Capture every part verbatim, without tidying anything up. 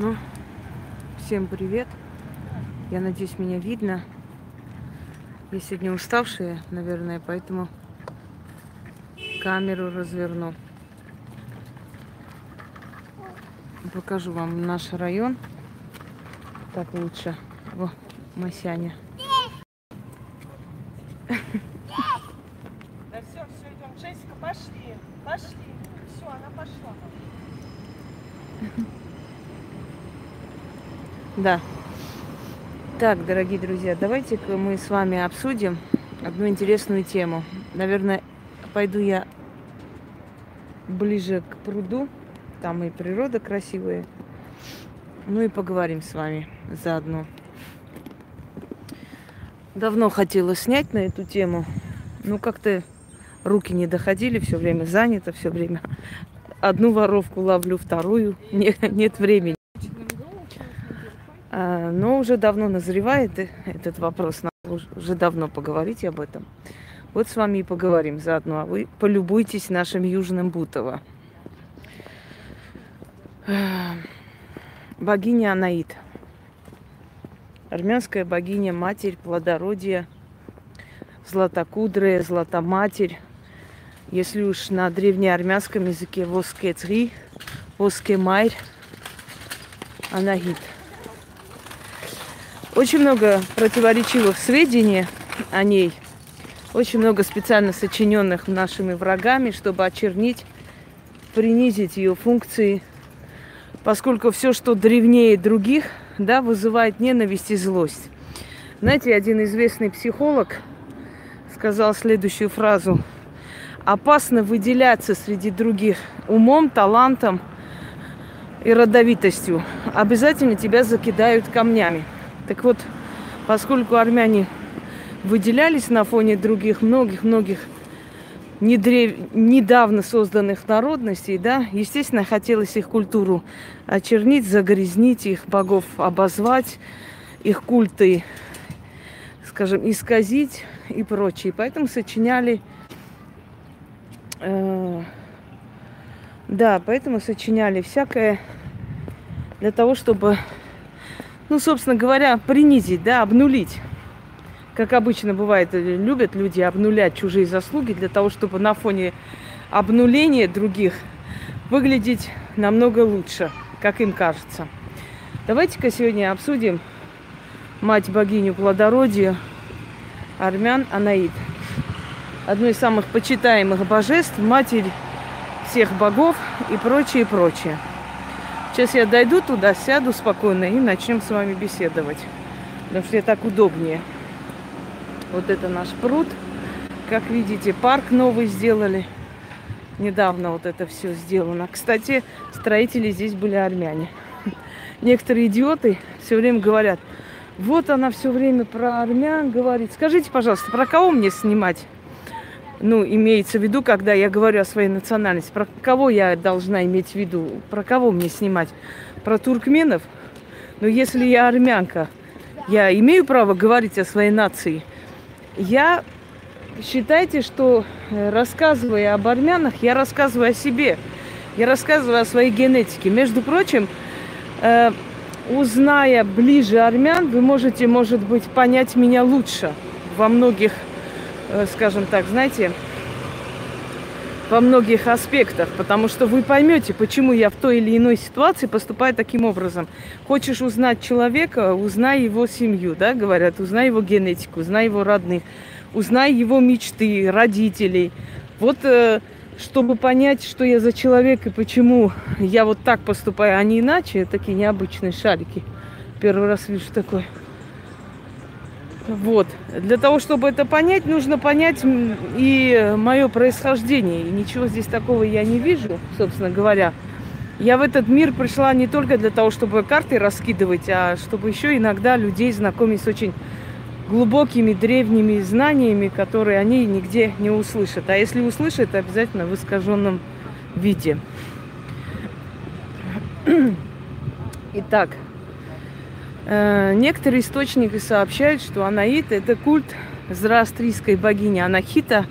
Ну, всем привет. Я надеюсь, меня видно. Я сегодня уставшая, наверное, поэтому камеру разверну. Покажу вам наш район. Так лучше. О, Масяня. Да все, все, идем. Джессика, пошли, пошли. Все, она пошла. Да. Так, дорогие друзья, давайте-ка мы с вами обсудим одну интересную тему. Наверное, пойду я ближе к пруду. Там и природа красивая. Ну и поговорим с вами заодно. Давно хотела снять на эту тему, но как-то руки не доходили, все время занято, все время одну воровку ловлю, вторую, не, нет времени. А, но уже давно назревает этот вопрос, надо уже давно поговорить об этом. Вот с вами и поговорим заодно, а вы полюбуйтесь нашим Южным Бутово. Богиня Анаит. Армянская богиня, матерь, плодородия, златокудрая, златоматерь. Если уж на древнеармянском языке воскецри, воскемайр, Анаит. Очень много противоречивых сведений о ней. Очень много специально сочиненных нашими врагами, чтобы очернить, принизить ее функции. Поскольку все, что древнее других, да, вызывает ненависть и злость. Знаете, один известный психолог сказал следующую фразу. Опасно выделяться среди других умом, талантом и родовитостью. Обязательно тебя закидают камнями. Так вот, поскольку армяне выделялись на фоне других многих-многих недрев... недавно созданных народностей, да, естественно, хотелось их культуру очернить, загрязнить, их богов обозвать, их культы, скажем, исказить и прочее. Поэтому сочиняли... Э... Да, поэтому сочиняли всякое для того, чтобы... Ну, собственно говоря, принизить, да, обнулить. Как обычно бывает, любят люди обнулять чужие заслуги для того, чтобы на фоне обнуления других выглядеть намного лучше, как им кажется. Давайте-ка сегодня обсудим мать-богиню плодородия армян Анаит. Одну из самых почитаемых божеств, матерь всех богов и прочее, прочее. Сейчас я дойду туда, сяду спокойно и начнем с вами беседовать. Потому что так удобнее. Вот это наш пруд. Как видите, парк новый сделали. Недавно вот это все сделано. Кстати, строители здесь были армяне. Некоторые идиоты все время говорят, вот она все время про армян говорит. Скажите, пожалуйста, про кого мне снимать? Ну, имеется в виду, когда я говорю о своей национальности. Про кого я должна иметь в виду? Про кого мне снимать? Про туркменов? Но если я армянка, я имею право говорить о своей нации? Я, считайте, что рассказывая об армянах, я рассказываю о себе. Я рассказываю о своей генетике. Между прочим, э, узная ближе армян, вы можете, может быть, понять меня лучше во многих, э, скажем так, знаете, во многих аспектах, потому что вы поймете, почему я в той или иной ситуации поступаю таким образом. Хочешь узнать человека, узнай его семью, да, говорят, узнай его генетику, узнай его родных, узнай его мечты, родителей. Вот, э, чтобы понять, что я за человек и почему я вот так поступаю, а не иначе, такие необычные шарики. Первый раз вижу такой. Вот. Для того, чтобы это понять, нужно понять и мое происхождение. И ничего здесь такого я не вижу, собственно говоря. Я в этот мир пришла не только для того, чтобы карты раскидывать, а чтобы еще иногда людей знакомить с очень глубокими древними знаниями, которые они нигде не услышат. А если услышат, обязательно в искаженном виде. Итак. Некоторые источники сообщают, что Анаит – это культ зороастрийской богини Анахита,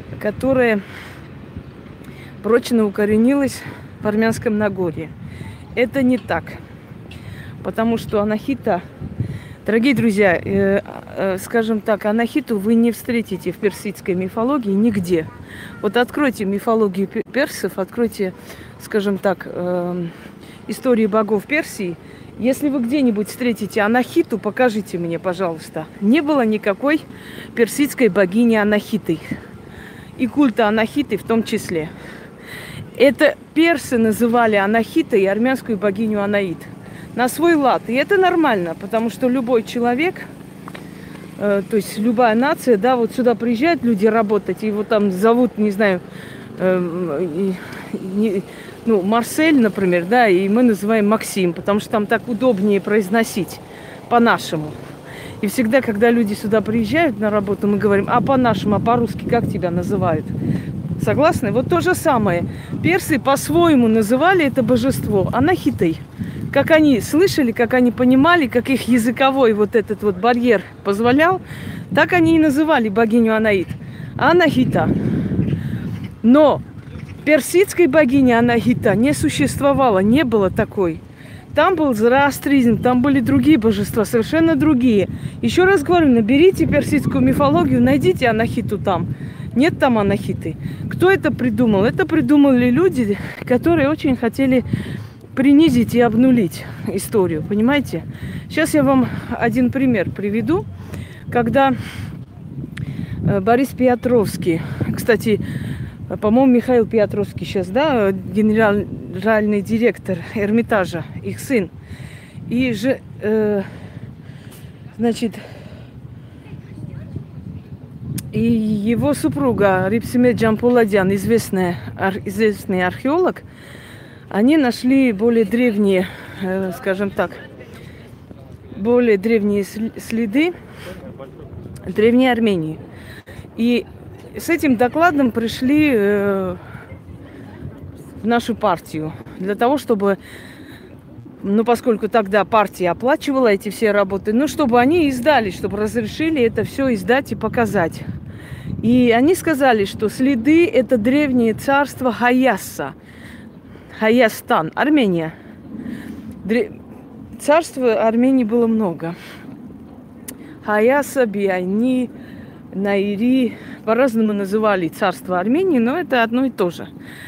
которая прочно укоренилась в Армянском Нагорье. Это не так. Потому что анахита, дорогие друзья, э, э, скажем так, анахиту вы не встретите в персидской мифологии нигде. Вот откройте мифологию персов, откройте, скажем так, э, истории богов Персии. Если вы где-нибудь встретите анахиту, покажите мне, пожалуйста. Не было никакой персидской богини Анахиты. И культа Анахиты в том числе. Это персы называли Анахитой армянскую богиню Анаит. На свой лад. И это нормально, потому что любой человек, э, то есть любая нация, да, вот сюда приезжают люди работать, и его там зовут, не знаю, э, не, ну, Марсель, например, да, и мы называем Максим, потому что там так удобнее произносить по-нашему. И всегда, когда люди сюда приезжают на работу, мы говорим, а по-нашему, а по-русски как тебя называют? Согласны? Вот то же самое. Персы по-своему называли это божество Анахитой. Как они слышали, как они понимали, как их языковой вот этот вот барьер позволял, так они и называли богиню Анаит. Анахита. Но персидской богини Анахита не существовало, не было такой. Там был зороастризм, там были другие божества, совершенно другие. Еще раз говорю, наберите персидскую мифологию, найдите Анахиту там. Нет там Анахиты. Кто это придумал? Это придумали люди, которые очень хотели принизить и обнулить историю, понимаете? Сейчас я вам один пример приведу, когда Борис Петровский, кстати, по-моему, Михаил Петровский сейчас, да, генеральный директор Эрмитажа, их сын, и же, э, значит, и его супруга Рипсимет Джампуладян, известная, известный археолог, они нашли более древние, э, скажем так, более древние следы древней Армении. И с этим докладом пришли э, в нашу партию для того, чтобы, ну, поскольку тогда партия оплачивала эти все работы, ну, чтобы они издали, чтобы разрешили это все издать и показать. И они сказали, что следы – это древнее царство Хаяса. Хаястан, Армения. Царства Армении было много. Хаяса, Биайни, Наири. По-разному называли царство Армении, но это одно и то же.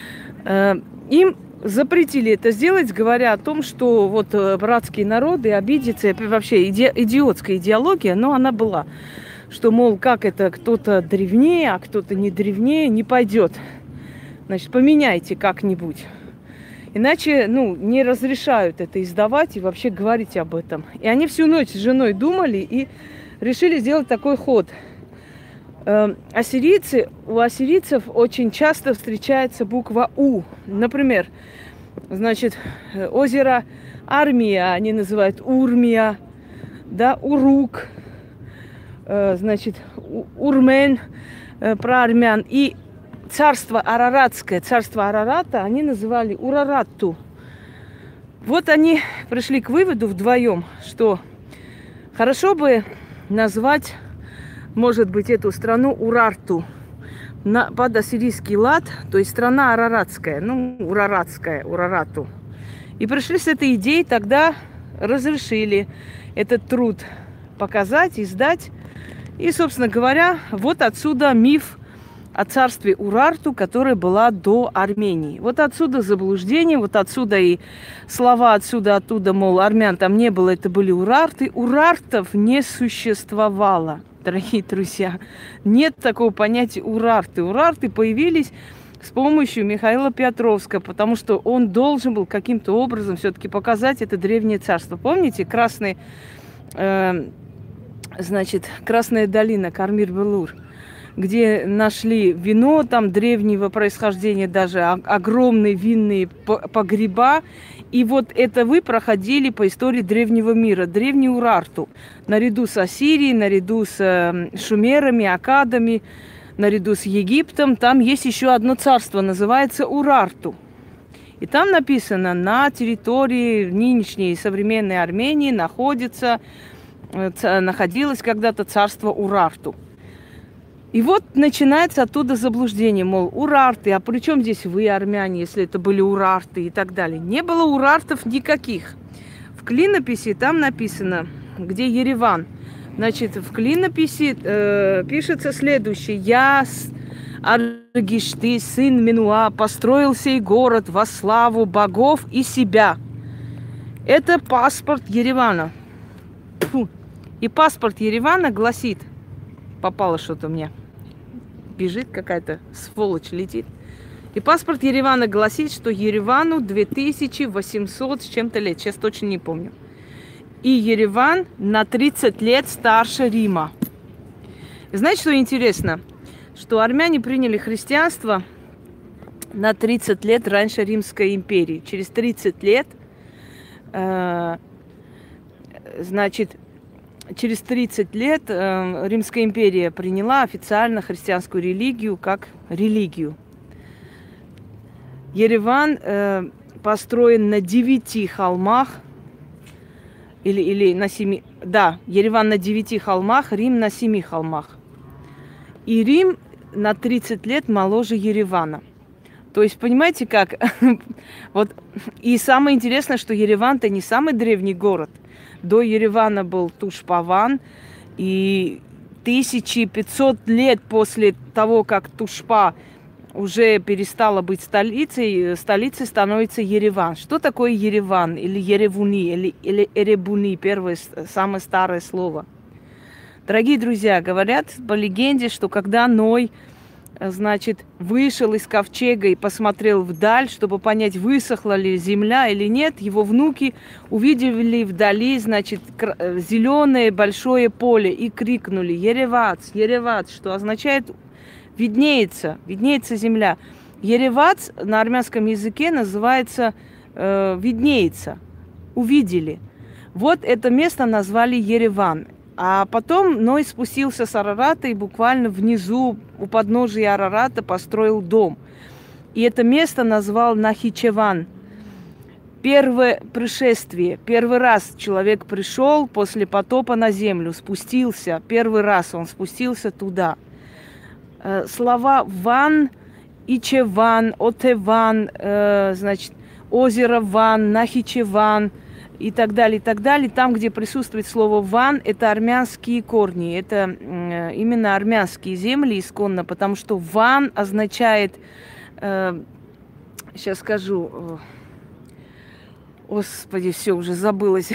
Им запретили это сделать, говоря о том, что вот братские народы обидятся. Это вообще иди- идиотская идеология, но она была. Что, мол, как это кто-то древнее, а кто-то не древнее, не пойдет. Значит, поменяйте как-нибудь. Иначе, ну, не разрешают это издавать и вообще говорить об этом. И они всю ночь с женой думали и решили сделать такой ход. Э, ассирийцы, у ассирийцев очень часто встречается буква У. Например, значит, озеро Армия, они называют Урмия, да, Урук, э, значит, Урмен, э, про армян. И царство Араратское, царство Арарата, они называли Ураратту. Вот они пришли к выводу вдвоем, что хорошо бы назвать, может быть, эту страну Урарту на, под ассирийский лад, то есть страна Араратская, ну, Ураратская, Урарату. И пришли с этой идеей, тогда разрешили этот труд показать, издать. И, собственно говоря, вот отсюда миф о царстве Урарту, которая была до Армении. Вот отсюда заблуждение, вот отсюда и слова отсюда, оттуда, мол, армян там не было, это были урарты. Урартов не существовало, дорогие друзья. Нет такого понятия урарты. Урарты появились с помощью Михаила Петровского, потому что он должен был каким-то образом все-таки показать это древнее царство. Помните, красный, э, значит, Красная долина, Кармир-Белур, где нашли вино там древнего происхождения, даже огромные винные погреба. И вот это вы проходили по истории древнего мира, древний Урарту, наряду с Ассирией, наряду с шумерами, аккадами, наряду с Египтом. Там есть еще одно царство, называется Урарту. И там написано, на территории нынешней современной Армении находится, находилось когда-то царство Урарту. И вот начинается оттуда заблуждение, мол, урарты, а при чем здесь вы, армяне, если это были урарты и так далее. Не было урартов никаких. В клинописи там написано, где Ереван. Значит, в клинописи э, пишется следующее. «Я, Аргишты, сын Минуа, построил сей город во славу богов и себя». Это паспорт Еревана. Фу. И паспорт Еревана гласит, попало что-то мне, бежит какая-то сволочь, летит. И паспорт Еревана гласит, что Еревану две тысячи восемьсот с чем-то лет, сейчас точно не помню. И Ереван на тридцать лет старше Рима. И знаете, что интересно? Что армяне приняли христианство на тридцать лет раньше Римской империи. Через тридцать лет, э, значит, через тридцать лет э, Римская империя приняла официально христианскую религию как религию. Ереван э, построен на девяти холмах, или, или на семи, да, Ереван на девяти холмах, Рим на семи холмах. И Рим на тридцать лет моложе Еревана. То есть, понимаете как? Вот. И самое интересное, что Ереван-то не самый древний город. До Еревана был Тушпаван, и тысяча пятьсот лет после того, как Тушпа уже перестала быть столицей, столицей становится Ереван. Что такое Ереван или Еревуни, или, или Эребуни, первое, самое старое слово? Дорогие друзья, говорят по легенде, что когда Ной, значит, вышел из ковчега и посмотрел вдаль, чтобы понять, высохла ли земля или нет, его внуки увидели вдали, значит, зеленое большое поле и крикнули: «Еревац, Еревац», что означает виднеется, виднеется земля. Еревац на армянском языке называется э, виднеется, увидели. Вот это место назвали Ереван. А потом Ной спустился с Арарата и буквально внизу, у подножия Арарата, построил дом. И это место назвал Нахичеван. Первое пришествие. Первый раз человек пришел после потопа на землю, спустился. Первый раз он спустился туда. Слова Ван, Ичеван, Отеван, э, значит, озеро Ван, Нахичеван и так далее, и так далее. Там, где присутствует слово «ван», это армянские корни. Это э, именно армянские земли исконно, потому что «ван» означает, э, сейчас скажу, э, господи, все, уже забылось.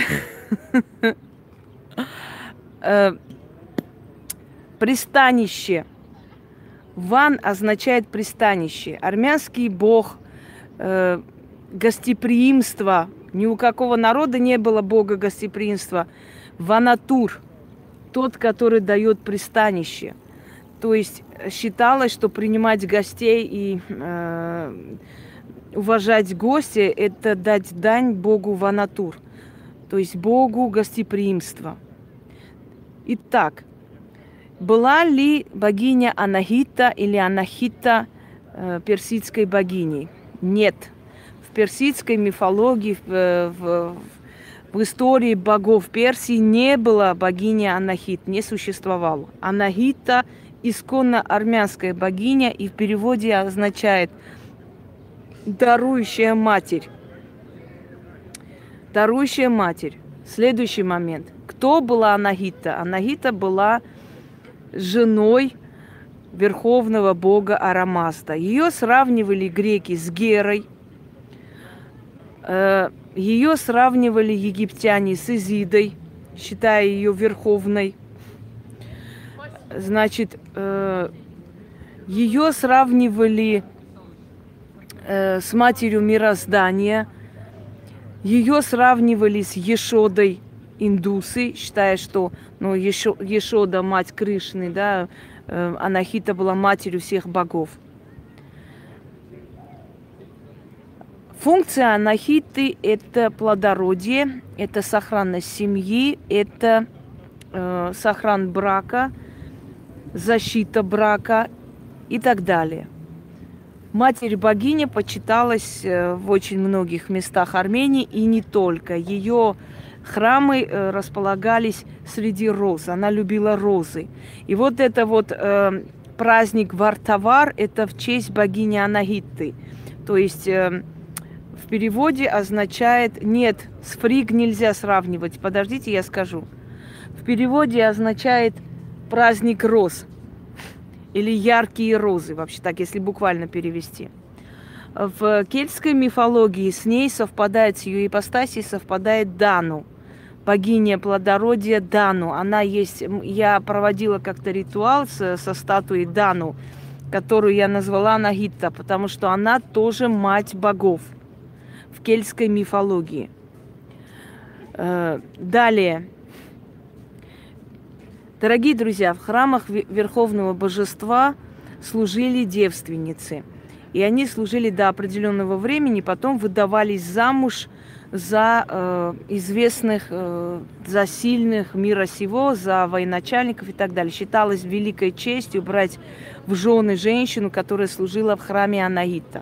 Пристанище. «Ван» означает пристанище. Армянский бог э, гостеприимства. Ни у какого народа не было бога гостеприимства. Ванатур, тот, который дает пристанище. То есть считалось, что принимать гостей и э, уважать гостя – это дать дань богу Ванатур, то есть богу гостеприимства. Итак, была ли богиня Анахита или Анахита э, персидской богиней? Нет. В персидской мифологии, в, в, в истории богов Персии не было богини Анахит, не существовало. Анахита – исконно армянская богиня, и в переводе означает «дарующая матерь». Дарующая матерь. Следующий момент. Кто была Анахита? Анахита была женой верховного бога Арамазда. Ее сравнивали греки с Герой. Ее сравнивали египтяне с Изидой, считая ее верховной. Значит, ее сравнивали с матерью мироздания. Ее сравнивали с Ешодой индусы, считая, что ну, Ешо, Ешода, мать Кришны, да, Анахита была матерью всех богов. Функция Анахиты – это плодородие, это сохранность семьи, это э, сохран брака, защита брака и так далее. Матерь-богиня почиталась э, в очень многих местах Армении и не только. Ее храмы э, располагались среди роз. Она любила розы. И вот это вот э, праздник Вартавар – это в честь богини Анахитты. То есть э, в переводе означает «нет, с фриг нельзя сравнивать». Подождите, я скажу. В переводе означает праздник роз или яркие розы, вообще так, если буквально перевести. В кельтской мифологии с ней совпадает, с ее ипостасией совпадает Дану, богиня плодородия Дану. Она есть, я проводила как-то ритуал со, со статуей Дану, которую я назвала Анахитта, потому что она тоже мать богов в кельтской мифологии. Далее. Дорогие друзья, в храмах Верховного Божества служили девственницы. И они служили до определенного времени, потом выдавались замуж за э, известных, э, за сильных мира сего, за военачальников и так далее. Считалось великой честью брать в жены женщину, которая служила в храме Анахитта.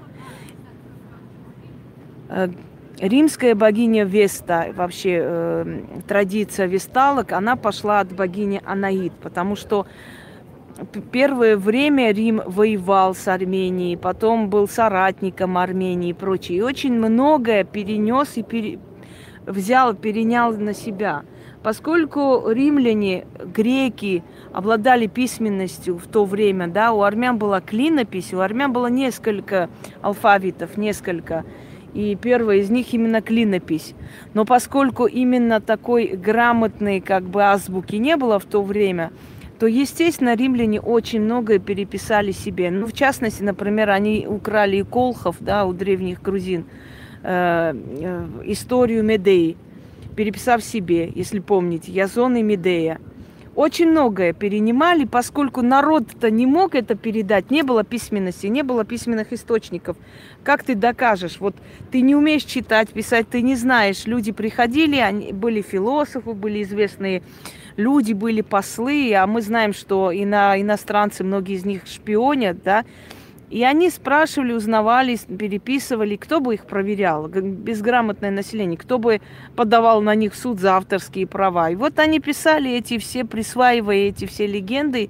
Э, римская богиня Веста, вообще э, традиция весталок, она пошла от богини Анахит, потому что первое время Рим воевал с Арменией, потом был соратником Армении и прочее. И очень многое перенес и пере... взял, перенял на себя. Поскольку римляне, греки обладали письменностью в то время, да, у армян была клинопись, у армян было несколько алфавитов, несколько. И первая из них именно клинопись. Но поскольку именно такой грамотной как бы азбуки не было в то время, то, естественно, римляне очень многое переписали себе. Ну, в частности, например, они украли и колхов, да, у древних грузин, э, э, историю Медеи, переписав себе, если помните, Язон и Медея. Очень многое перенимали, поскольку народ-то не мог это передать, не было письменности, не было письменных источников. Как ты докажешь? Вот ты не умеешь читать, писать, ты не знаешь. Люди приходили, они были философы, были известные люди, были послы, а мы знаем, что и на иностранцы, многие из них шпионят, да, и они спрашивали, узнавали, переписывали, кто бы их проверял, безграмотное население, кто бы подавал на них в суд за авторские права. И вот они писали эти все, присваивая эти все легенды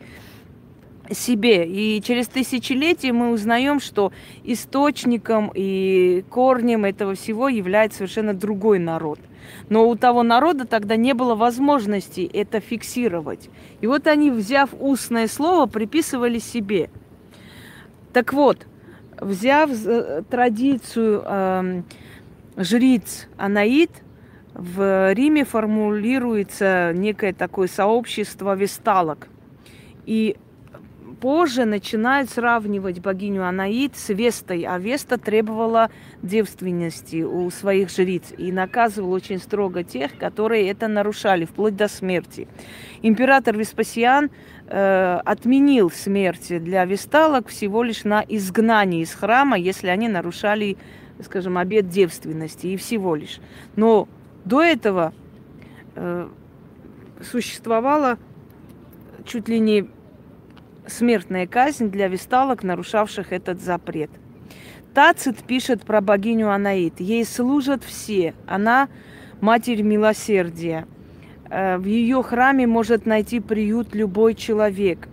себе. И через тысячелетия мы узнаем, что источником и корнем этого всего является совершенно другой народ. Но у того народа тогда не было возможности это фиксировать. И вот они, взяв устное слово, приписывали себе. Так вот, взяв традицию э, жриц Анаит, в Риме формулируется некое такое сообщество весталок. И позже начинают сравнивать богиню Анаит с Вестой, а Веста требовала девственности у своих жриц и наказывала очень строго тех, которые это нарушали, вплоть до смерти. Император Веспасиан э, отменил смерть для весталок всего лишь на изгнании из храма, если они нарушали, скажем, обет девственности, и всего лишь. Но до этого э, существовала чуть ли не смертная казнь для весталок, нарушавших этот запрет. Тацит пишет про богиню Анаит. Ей служат все. Она матерь милосердия. В ее храме может найти приют любой человек.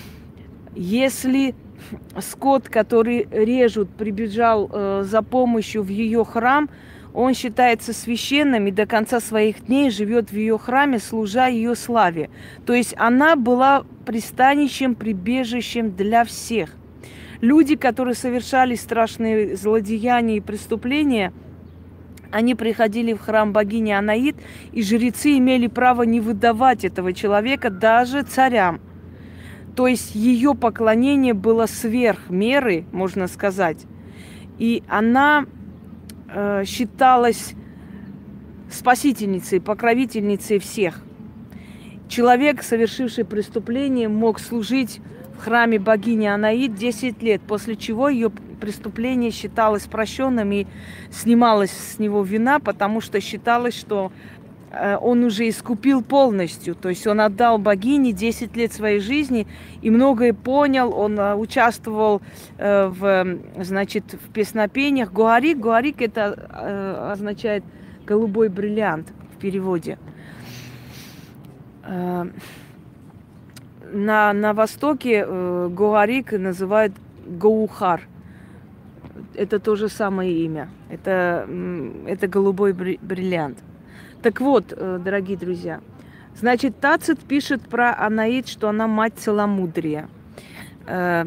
Если скот, который режут, прибежал э, за помощью в ее храм, он считается священным и до конца своих дней живет в ее храме, служа ее славе. То есть она была пристанищем, прибежищем для всех. Люди, которые совершали страшные злодеяния и преступления, они приходили в храм богини Анаит, и жрецы имели право не выдавать этого человека даже царям. То есть ее поклонение было сверх меры, можно сказать. И она э, считалась спасительницей, покровительницей всех. Человек, совершивший преступление, мог служить в храме богини Анаит десять лет, после чего ее преступление считалось прощенным и снималась с него вина, потому что считалось, что он уже искупил полностью. То есть он отдал богине десять лет своей жизни и многое понял. Он участвовал в, значит, в песнопениях. Гуарик. Гуарик это означает голубой бриллиант в переводе. на, на востоке э, Гоарик называют Гоухар. Это то же самое имя. Это, это голубой бриллиант. Так вот, э, дорогие друзья, значит, Тацит пишет про Анаит, что она мать целомудрия. Э,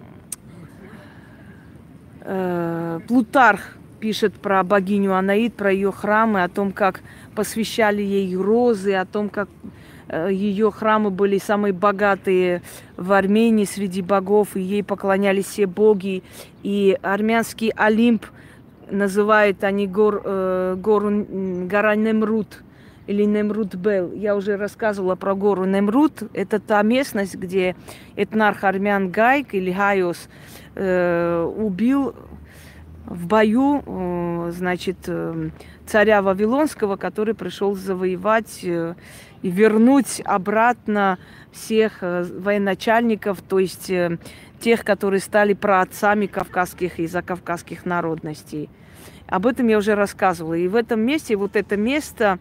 э, Плутарх пишет про богиню Анаит, про ее храмы, о том, как посвящали ей розы, о том, как ее храмы были самые богатые в Армении среди богов, и ей поклонялись все боги. И армянский Олимп называют они гор, э, гору, гора Немрут или Немрут-Бел. Я уже рассказывала про гору Немрут. Это та местность, где этнарх армян Гайк или Гайос э, убил в бою, э, значит, э, царя Вавилонского, который пришел завоевать э, и вернуть обратно всех э, военачальников, то есть э, тех, которые стали праотцами кавказских и закавказских народностей. Об этом я уже рассказывала. И в этом месте, вот это место,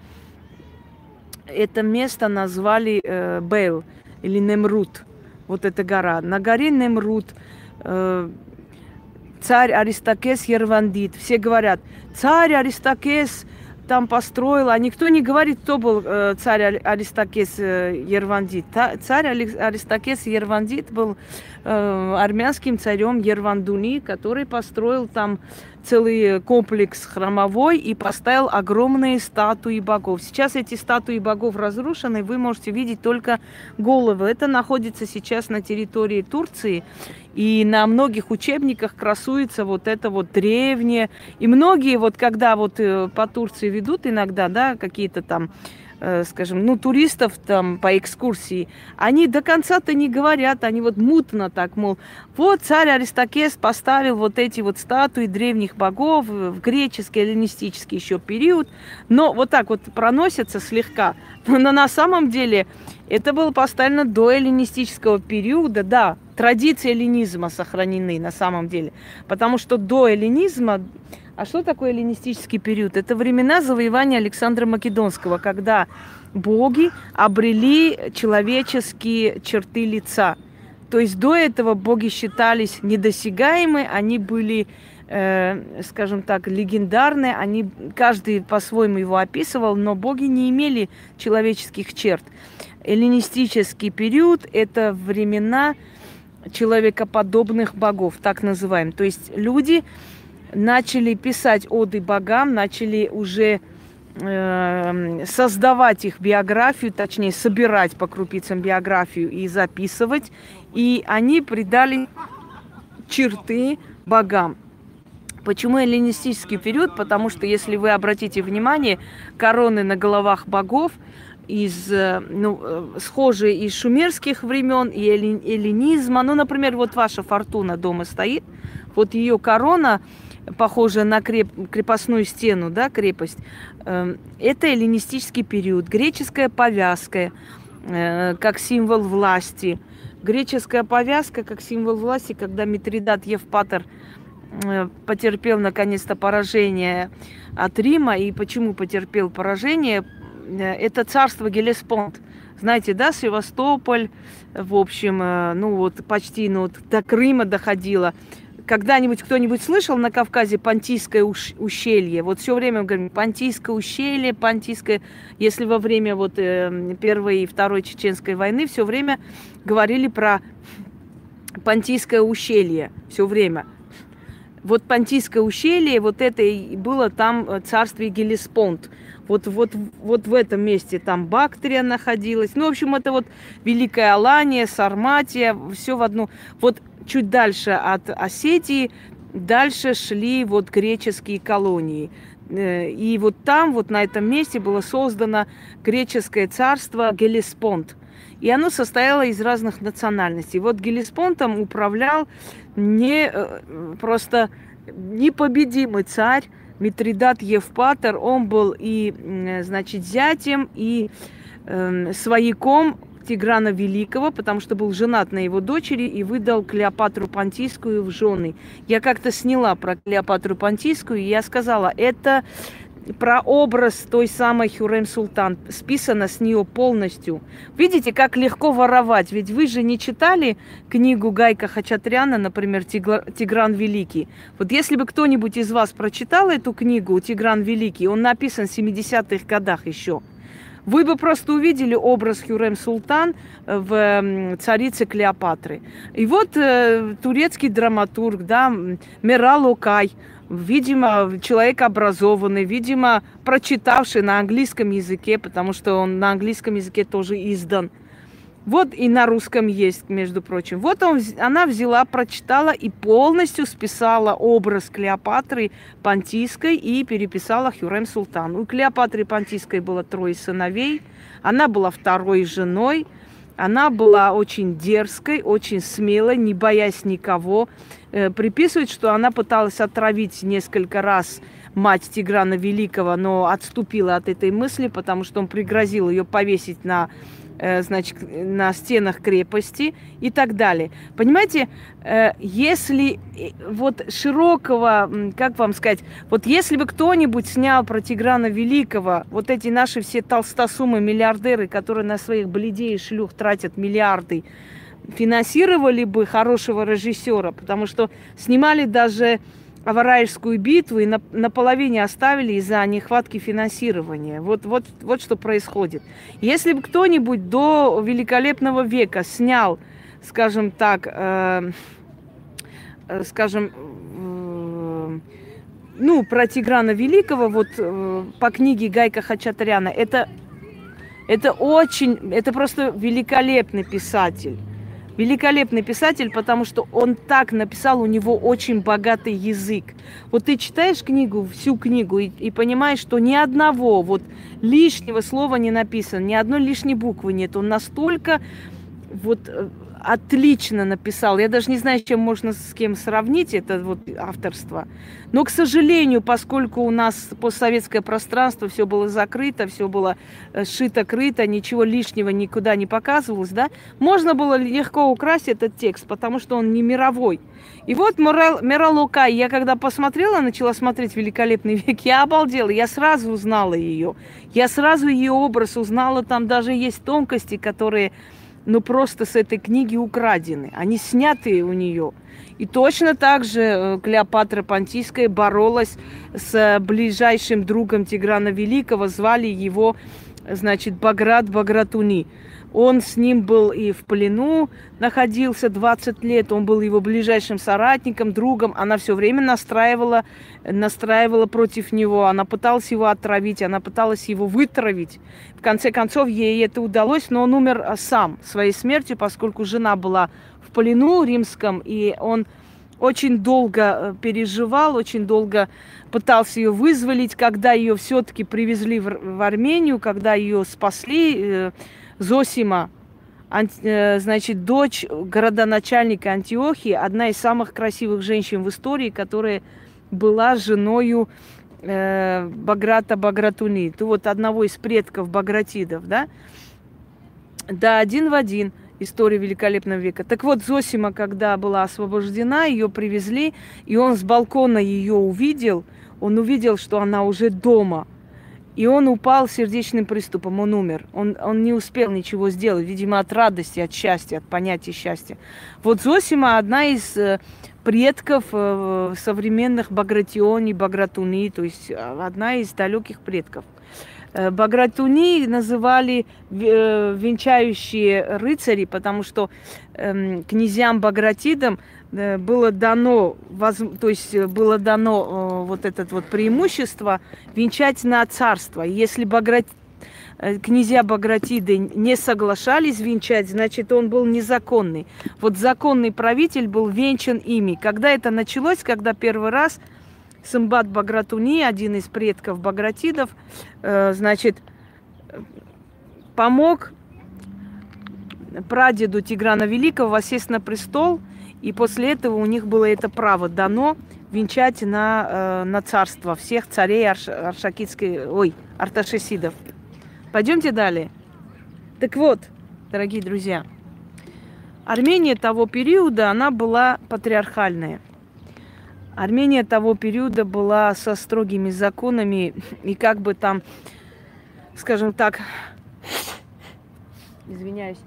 это место назвали э, Бел или Немрут. Вот эта гора. На горе Немрут э, царь Аристакес Ервандит. Все говорят, царь Аристакес там построил, а никто не говорит, кто был э, царь Аристакес э, Ервандит. Та, царь Аристакес Ервандит был э, армянским царем Ервандуни, который построил там целый комплекс храмовой и поставил огромные статуи богов. Сейчас эти статуи богов разрушены, вы можете видеть только головы. Это находится сейчас на территории Турции, и на многих учебниках красуется вот это вот древнее. И многие вот, когда вот по Турции ведут иногда, да, какие-то там, э, скажем, ну, туристов там по экскурсии, они до конца-то не говорят, они вот мутно так, мол, вот царь Аристакес поставил вот эти вот статуи древних богов в греческий, эллинистический еще период, но вот так вот проносятся слегка. Но на самом деле это было поставлено до эллинистического периода, да, традиции эллинизма сохранены на самом деле, потому что до эллинизма. А что такое эллинистический период? Это времена завоевания Александра Македонского, когда боги обрели человеческие черты лица. То есть до этого боги считались недосягаемы, они были, э, скажем так, легендарны, они, каждый по-своему его описывал, но боги не имели человеческих черт. Эллинистический период – это времена человекоподобных богов, так называем. То есть люди начали писать оды богам, начали уже э, создавать их биографию, точнее, собирать по крупицам биографию и записывать. И они придали черты богам. Почему эллинистический период? Потому что, если вы обратите внимание, короны на головах богов из, ну, схожие из шумерских времен и эллинизма. Ну, например, вот ваша Фортуна дома стоит, вот ее корона, похожая на креп, крепостную стену, да, крепость, э, это эллинистический период. Греческая повязка э, как символ власти. Греческая повязка как символ власти, когда Митридат Евпатор э, потерпел наконец-то поражение от Рима. И почему потерпел поражение? Э, это царство Гелеспонд. Знаете, да, Севастополь, в общем, э, ну вот почти ну, вот, до Крыма доходило. Когда-нибудь кто-нибудь слышал на Кавказе Понтийское ущелье? Вот все время мы говорим Понтийское ущелье, Понтийское. Если во время вот э, Первой и Второй Чеченской войны все время говорили про Понтийское ущелье, все время. Вот Понтийское ущелье, вот это и было там царствие Гелеспонд. Вот, вот, вот в этом месте там Бактрия находилась. Ну, в общем, это вот Великая Алания, Сарматия, все в одну. Вот чуть дальше от Осетии, дальше шли вот греческие колонии. И вот там, вот на этом месте было создано греческое царство Гелеспонд. И оно состояло из разных национальностей. Вот Гелеспондом управлял не просто непобедимый царь Митридат Евпатор. Он был и, значит, зятем, и э, свояком Тиграна Великого, потому что был женат на его дочери и выдал Клеопатру Понтийскую в жены. Я как-то сняла про Клеопатру Понтийскую, и я сказала, это про образ той самой Хюррем Султан. Списано с нее полностью. Видите, как легко воровать? Ведь вы же не читали книгу Гайка Хачатряна, например, «Тигран Великий». Вот если бы кто-нибудь из вас прочитал эту книгу «Тигран Великий», он написан в семидесятых годах еще, вы бы просто увидели образ Хюррем Султан в царице Клеопатры. И вот э, турецкий драматург, да, Мерал Окай, видимо, человек образованный, видимо, прочитавший на английском языке, потому что он на английском языке тоже издан. Вот и на русском есть, между прочим. Вот он, она взяла, прочитала и полностью списала образ Клеопатры Понтийской и переписала Хюррем Султан. У Клеопатры Понтийской было трое сыновей, она была второй женой, она была очень дерзкой, очень смелой, не боясь никого. Э, приписывают, что она пыталась отравить несколько раз мать Тиграна Великого, но отступила от этой мысли, потому что он пригрозил ее повесить на, э, значит, на стенах крепости и так далее. Понимаете, э, если вот широкого, как вам сказать, вот если бы кто-нибудь снял про Тиграна Великого, вот эти наши все толстосумы, миллиардеры, которые на своих блядей и шлюх тратят миллиарды, финансировали бы хорошего режиссера, потому что снимали даже Авараевскую битву и на, наполовине оставили из-за нехватки финансирования. Вот, вот, вот что происходит. Если бы кто-нибудь до Великолепного века снял, скажем так, э, э, скажем, э, ну, про Тиграна Великого, вот э, по книге Гайка Хачатряна, это, это очень, это просто великолепный писатель. Великолепный писатель, потому что он так написал, у него очень богатый язык. Вот ты читаешь книгу, всю книгу, и, и понимаешь, что ни одного вот лишнего слова не написано, ни одной лишней буквы нет. Он настолько вот отлично написал. Я даже не знаю, с чем можно с кем сравнить это вот авторство. Но, к сожалению, поскольку у нас постсоветское пространство, все было закрыто, все было шито-крыто, ничего лишнего никуда не показывалось, да, можно было легко украсть этот текст, потому что он не мировой. И вот Мерал Окай, я когда посмотрела, начала смотреть «Великолепный век», я обалдела, я сразу узнала ее. Я сразу ее образ узнала, там даже есть тонкости, которые... ну, просто с этой книги украдены. Они сняты у нее. И точно так же Клеопатра Понтийская боролась с ближайшим другом Тиграна Великого. Звали его, значит, Баграт Багратуни. Он с ним был и в плену, находился двадцать лет. Он был его ближайшим соратником, другом. Она все время настраивала, настраивала против него. Она пыталась его отравить, она пыталась его вытравить. В конце концов, ей это удалось, но он умер сам своей смертью, поскольку жена была в плену римском, и он очень долго переживал, очень долго пытался ее вызволить. Когда ее все-таки привезли в, в Армению, когда ее спасли, Зосима, значит, дочь городоначальника Антиохии, одна из самых красивых женщин в истории, которая была женою э, Баграта Багратуни, то вот одного из предков Багратидов, да? Да, один в один история Великолепного века. Так вот, Зосима, когда была освобождена, ее привезли, и он с балкона ее увидел, он увидел, что она уже дома. И он упал сердечным приступом, он умер. Он, он не успел ничего сделать, видимо, от радости, от счастья, от понятия счастья. Вот Зосима одна из э, предков э, современных Багратиони, Багратуни, то есть одна из далеких предков. Э, Багратуни называли э, венчающие рыцари, потому что э, князьям Багратидам было дано, то есть было дано вот это вот преимущество венчать на царство. Если Баграт... князья Багратиды не соглашались венчать, значит, он был незаконный. Вот законный правитель был венчан ими. Когда это началось, когда первый раз Сымбат Багратуни, один из предков Багратидов, значит, помог прадеду Тиграна Великого воссесть на престол. И после этого у них было это право дано венчать на, э, на царство всех царей Арш, Аршакидской, ой, Арташесидов. Пойдемте далее. Так вот, дорогие друзья, Армения того периода, она была патриархальная. Армения того периода была со строгими законами, и как бы там, скажем так, извиняюсь,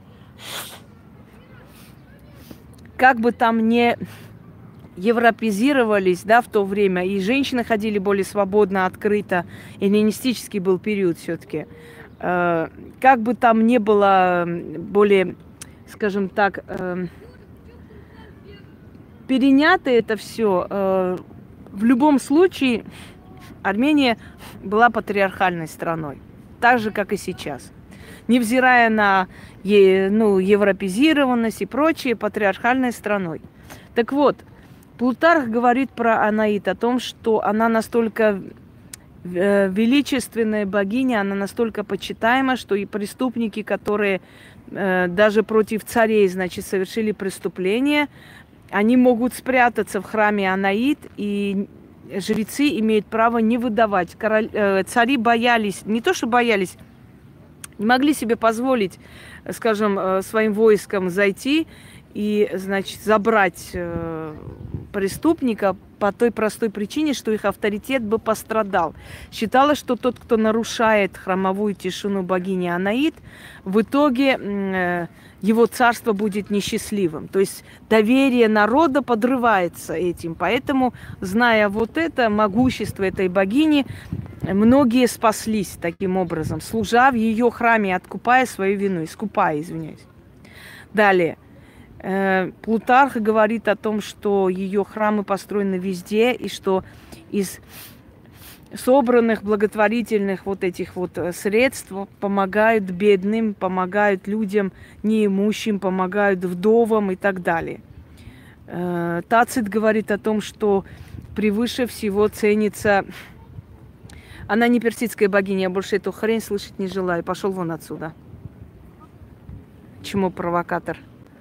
как бы там не европезировались, да, в то время, и женщины ходили более свободно, открыто, эллинистический был период все-таки. Э, как бы там не было более, скажем так, э, перенято это все, э, в любом случае Армения была патриархальной страной, так же, как и сейчас. Невзирая на ну, европезированность и прочее, патриархальной страной. Так вот, Плутарх говорит про Анаит, о том, что она настолько величественная богиня, она настолько почитаема, что и преступники, которые э, даже против царей, значит, совершили преступление, они могут спрятаться в храме Анаит, и жрецы имеют право не выдавать. Король, э, цари боялись, не то что боялись, не могли себе позволить, скажем, э, своим войскам зайти и, значит, забрать э, преступника по той простой причине, что их авторитет бы пострадал. Считалось, что тот, кто нарушает храмовую тишину богини Анаит, в итоге э, его царство будет несчастливым. То есть доверие народа подрывается этим. Поэтому, зная вот это могущество этой богини, многие спаслись таким образом, служа в ее храме, откупая свою вину, искупая, извиняюсь. Далее. Плутарх говорит о том, что ее храмы построены везде, и что из собранных благотворительных вот этих вот средств помогают бедным, помогают людям неимущим, помогают вдовам и так далее. Тацит говорит о том, что превыше всего ценится... Она не персидская богиня, я больше эту хрень слышать не желаю. Пошел вон отсюда. Чему провокатор?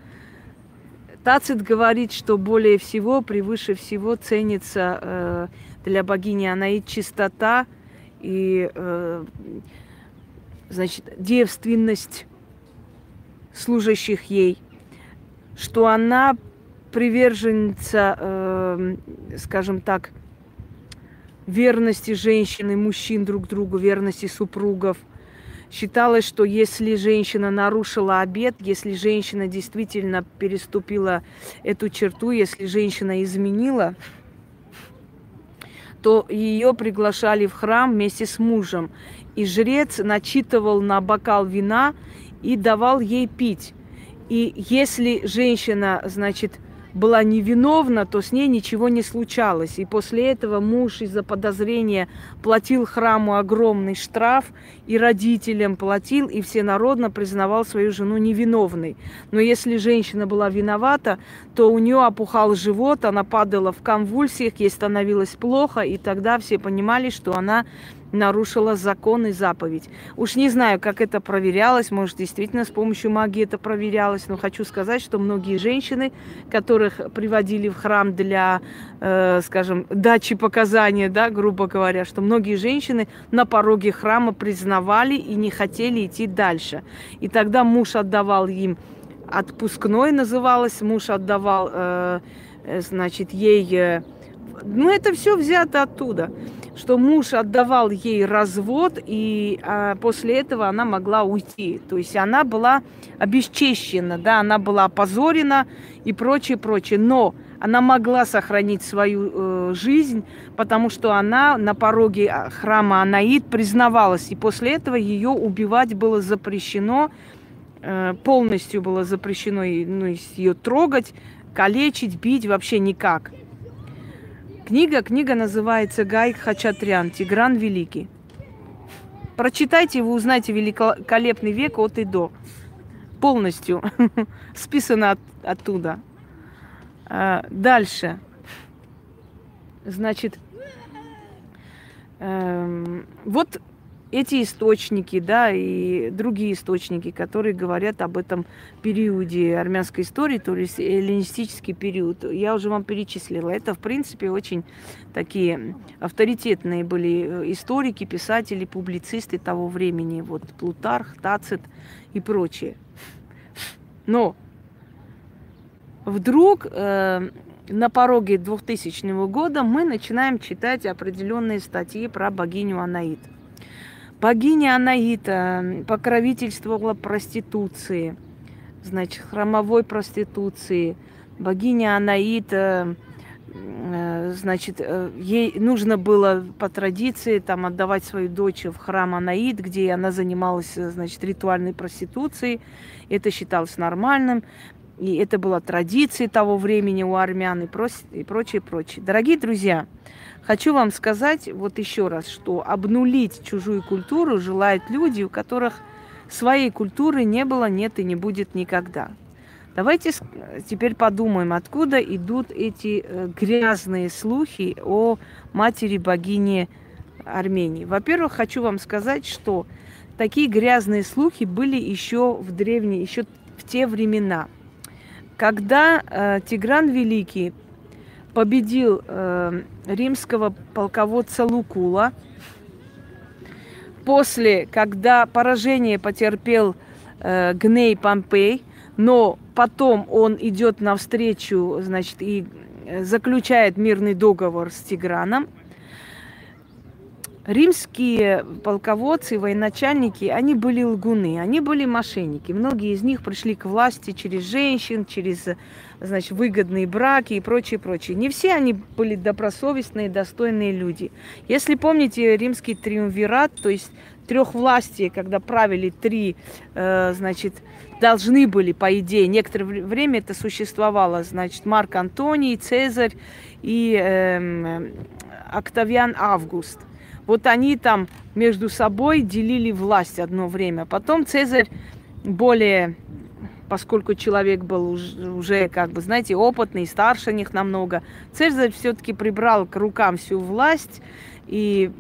Тацит говорит, что более всего, превыше всего ценится э, для богини Анаит чистота и, э, значит, девственность служащих ей, что она приверженница, э, скажем так, верности женщин и мужчин друг другу, верности супругов. Считалось, что если женщина нарушила обет, если женщина действительно переступила эту черту, если женщина изменила, то ее приглашали в храм вместе с мужем. И жрец начитывал на бокал вина и давал ей пить. И если женщина, значит, была невиновна, то с ней ничего не случалось. И после этого муж из-за подозрения платил храму огромный штраф, и родителям платил, и всенародно признавал свою жену невиновной. Но если женщина была виновата, то у нее опухал живот, она падала в конвульсиях, ей становилось плохо, и тогда все понимали, что она нарушила закон и заповедь. Уж не знаю, как это проверялось, может, действительно с помощью магии это проверялось, но хочу сказать, что многие женщины, которых приводили в храм для, э, скажем, дачи показания, да, грубо говоря, что многие женщины на пороге храма признавали и не хотели идти дальше. И тогда муж отдавал им отпускной, называлось, муж отдавал, э, значит, ей... Э, ну, это все взято оттуда, что муж отдавал ей развод, и а, после этого она могла уйти. То есть она была обесчещена, да, она была опозорена и прочее, прочее. Но она могла сохранить свою э, жизнь, потому что она на пороге храма Анаит признавалась, и после этого ее убивать было запрещено, э, полностью было запрещено, ну, ее трогать, калечить, бить вообще никак. Книга, книга называется «Гай Хачатрян. Тигран Великий». Прочитайте, вы узнаете великолепный век от и до. Полностью списано от, оттуда. А, дальше. Значит, эм, вот эти источники, да, и другие источники, которые говорят об этом периоде армянской истории, то есть эллинистический период, я уже вам перечислила. Это, в принципе, очень такие авторитетные были историки, писатели, публицисты того времени. Вот Плутарх, Тацит и прочее. Но вдруг э, на пороге двухтысячного года мы начинаем читать определенные статьи про богиню Анаит. Богиня Анаит покровительствовала проституции, значит, храмовой проституции. Богиня Анаит, значит, ей нужно было по традиции там отдавать свою дочь в храм Анаит, где она занималась, значит, ритуальной проституцией. Это считалось нормальным. И это была традиция того времени у армян и прочее, прочее. Дорогие друзья, хочу вам сказать вот еще раз, что обнулить чужую культуру желают люди, у которых своей культуры не было, нет и не будет никогда. Давайте теперь подумаем, откуда идут эти грязные слухи о матери-богине Армении. Во-первых, хочу вам сказать, что такие грязные слухи были еще в древние, еще в те времена. Когда э, Тигран Великий победил э, римского полководца Лукула, после, когда поражение потерпел э, Гней Помпей, но потом он идет навстречу, значит, и заключает мирный договор с Тиграном, римские полководцы, военачальники, они были лгуны, они были мошенники. Многие из них пришли к власти через женщин, через, значит, выгодные браки и прочее, прочее. Не все они были добросовестные, достойные люди. Если помните римский триумвират, то есть трехвластие, когда правили три, э, значит, должны были, по идее, некоторое время это существовало, значит, Марк Антоний, Цезарь и э, Октавиан Август. Вот они там между собой делили власть одно время. Потом Цезарь более, поскольку человек был уже, уже как бы, знаете, опытный, старше них намного, Цезарь все-таки прибрал к рукам всю власть, и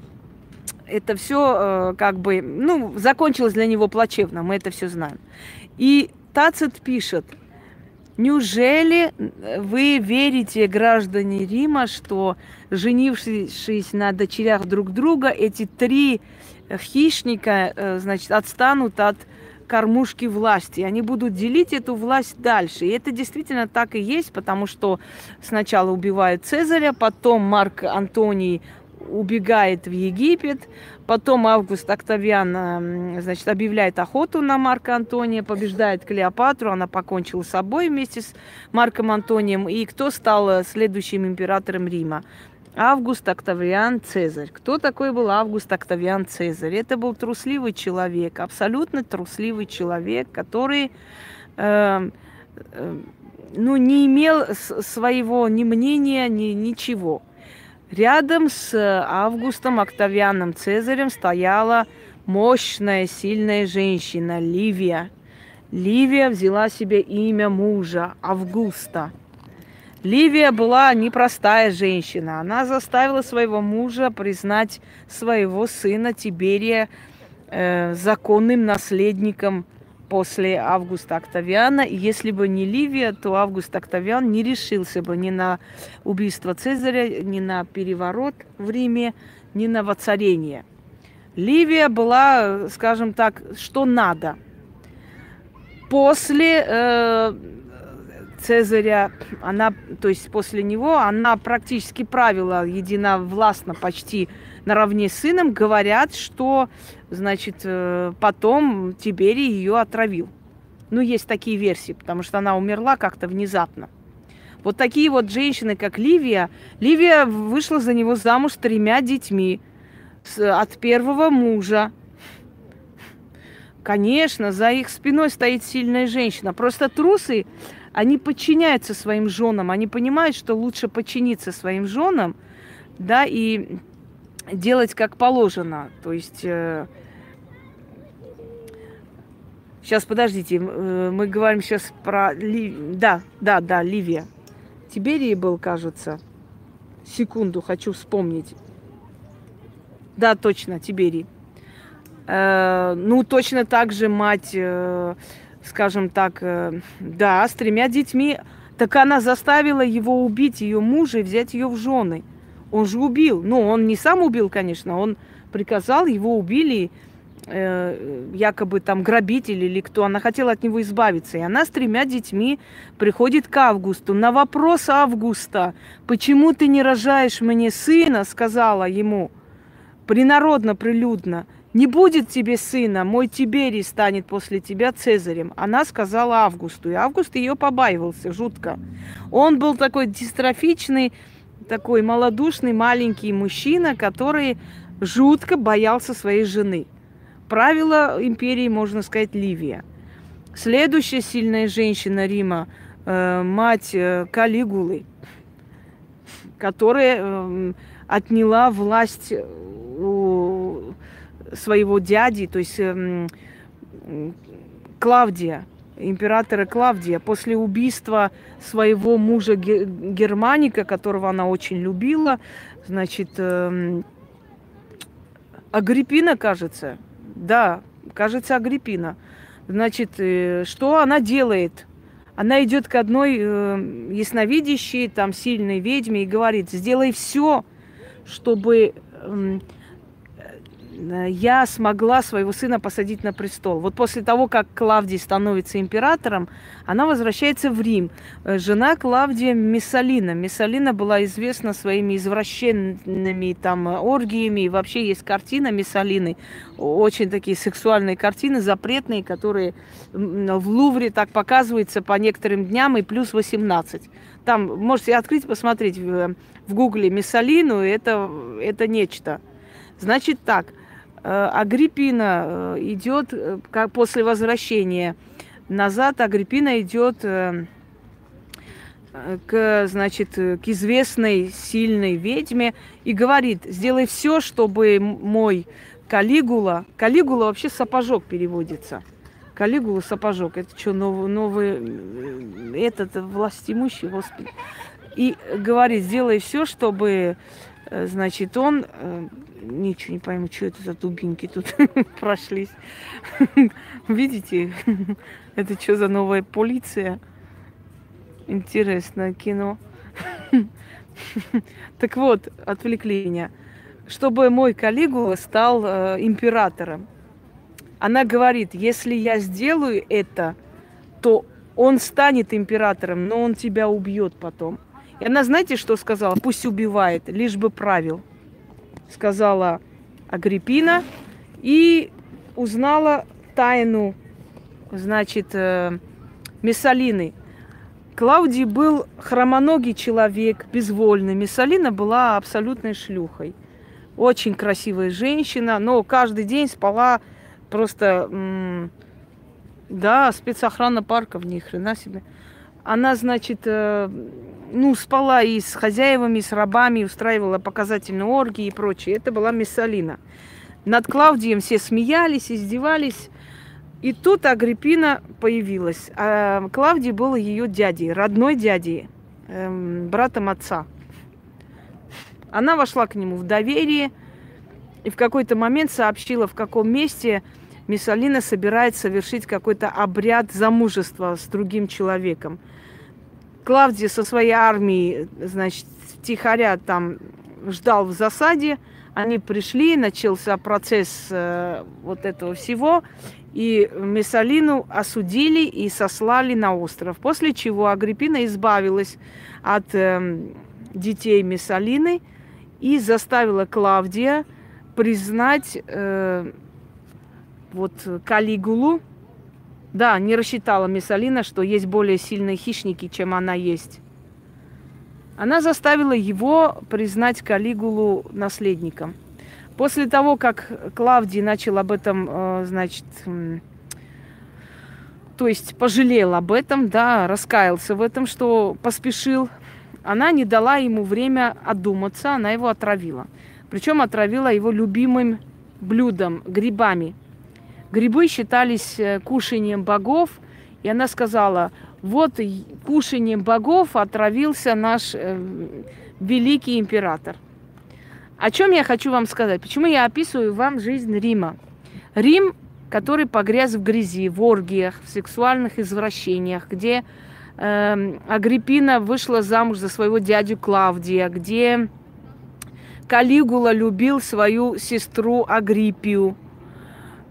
это все как бы, ну, закончилось для него плачевно, мы это все знаем. И Тацит пишет: неужели вы верите, граждане Рима, что, женившись на дочерях друг друга, эти три хищника, значит, отстанут от кормушки власти? Они будут делить эту власть дальше. И это действительно так и есть, потому что сначала убивают Цезаря, потом Марк Антоний убегает в Египет, потом Август Октавиан, значит, объявляет охоту на Марка Антония, побеждает Клеопатру, она покончила с собой вместе с Марком Антонием. И кто стал следующим императором Рима? Август Октавиан Цезарь. Кто такой был Август Октавиан Цезарь? Это был трусливый человек, абсолютно трусливый человек, который э, э, ну, не имел своего ни мнения, ни ничего. Рядом с Августом Октавианом Цезарем стояла мощная, сильная женщина Ливия. Ливия взяла себе имя мужа Августа. Ливия была непростая женщина. Она заставила своего мужа признать своего сына Тиберия э, законным наследником после Августа Октавиана. И если бы не Ливия, то Август Октавиан не решился бы ни на убийство Цезаря, ни на переворот в Риме, ни на воцарение. Ливия была, скажем так, что надо. После э, Цезаря, она, то есть после него, она практически правила единовластно почти наравне с сыном. Говорят, что, значит, потом Тиберий ее отравил. Ну, есть такие версии, потому что она умерла как-то внезапно. Вот такие вот женщины, как Ливия. Ливия вышла за него замуж с тремя детьми от первого мужа. Конечно, за их спиной стоит сильная женщина. Просто трусы, они подчиняются своим женам. Они понимают, что лучше подчиниться своим женам, да, и делать как положено. То есть, э, сейчас, подождите, э, мы говорим сейчас про... Ли... Да, да, да, Ливия. Тиберий был, кажется. Секунду, хочу вспомнить. Да, точно, Тиберий. Э, ну, точно так же мать, э, скажем так, э, да, с тремя детьми. Так она заставила его убить, ее мужа, и взять ее в жены. Он же убил. Ну, он не сам убил, конечно, он приказал, его убили. э, якобы там грабитель или кто. Она хотела от него избавиться. И она с тремя детьми приходит к Августу. На вопрос Августа, почему ты не рожаешь мне сына, сказала ему принародно, прилюдно, не будет тебе сына, мой Тиберий станет после тебя Цезарем. Она сказала Августу, и Август ее побаивался жутко. Он был такой дистрофичный, такой малодушный маленький мужчина, который жутко боялся своей жены. Правила империи, можно сказать, Ливия. Следующая сильная женщина Рима, э, мать э, Калигулы, которая э, отняла власть у своего дяди, то есть э, Клавдия, императора Клавдия, после убийства своего мужа Германика, которого она очень любила, значит, э, Агриппина, кажется, да, кажется, Агриппина. Значит, э, что она делает? Она идет к одной э, ясновидящей, там, сильной ведьме и говорит, сделай все, чтобы э, я смогла своего сына посадить на престол. Вот после того, как Клавдий становится императором, она возвращается в Рим. Жена Клавдия Мессалина. Мессалина была известна своими извращенными там оргиями. И вообще есть картина Мессалины. Очень такие сексуальные картины, запретные, которые в Лувре так показываются по некоторым дням и плюс восемнадцать. Там можете открыть, посмотреть в, в гугле Мессалину. Это, это нечто. Значит так. Агриппина идет, как после возвращения назад, Агриппина идет к, значит, к известной сильной ведьме и говорит, сделай все, чтобы мой Калигула, Калигула вообще сапожок переводится, Калигула сапожок, это что, новый, новый этот властимущий, господи, и говорит, сделай все, чтобы, значит, он... Ничего не пойму, что это за дубинки тут прошлись. Видите? Это что за новая полиция? Интересное кино. Так вот, отвлекли меня. Чтобы мой Калигула стал э, императором. Она говорит, если я сделаю это, то он станет императором, но он тебя убьет потом. И она, знаете, что сказала? Пусть убивает, лишь бы правил. Сказала Агриппина и узнала тайну, значит, э, Мессалины. Клавдий был хромоногий человек, безвольный. Мессалина была абсолютной шлюхой. Очень красивая женщина, но каждый день спала просто... М- да, спецохрана парков, ни хрена себе. Она, значит... Э- Ну, спала и с хозяевами, и с рабами, устраивала показательные оргии и прочее. Это была Мессалина. Над Клавдием все смеялись, издевались. И тут Агриппина появилась. А Клавдий был ее дядей, родной дядей, эм, братом отца. Она вошла к нему в доверие и в какой-то момент сообщила, в каком месте Мессалина собирается совершить какой-то обряд замужества с другим человеком. Клавдий со своей армией, значит, втихаря там ждал в засаде. Они пришли, начался процесс э, вот этого всего. И Мессалину осудили и сослали на остров. После чего Агриппина избавилась от э, детей Мессалины и заставила Клавдия признать э, вот Калигулу. Да, не рассчитала Мессалина, что есть более сильные хищники, чем она есть. Она заставила его признать Калигулу наследником. После того, как Клавдий начал об этом, значит, то есть пожалел об этом, да, раскаялся в этом, что поспешил, она не дала ему время одуматься, она его отравила. Причем отравила его любимым блюдом, грибами. Грибы считались кушанием богов, и она сказала, вот кушанием богов отравился наш э, великий император. О чем я хочу вам сказать? Почему я описываю вам жизнь Рима? Рим, который погряз в грязи, в оргиях, в сексуальных извращениях, где э, Агриппина вышла замуж за своего дядю Клавдия, где Калигула любил свою сестру Агриппию,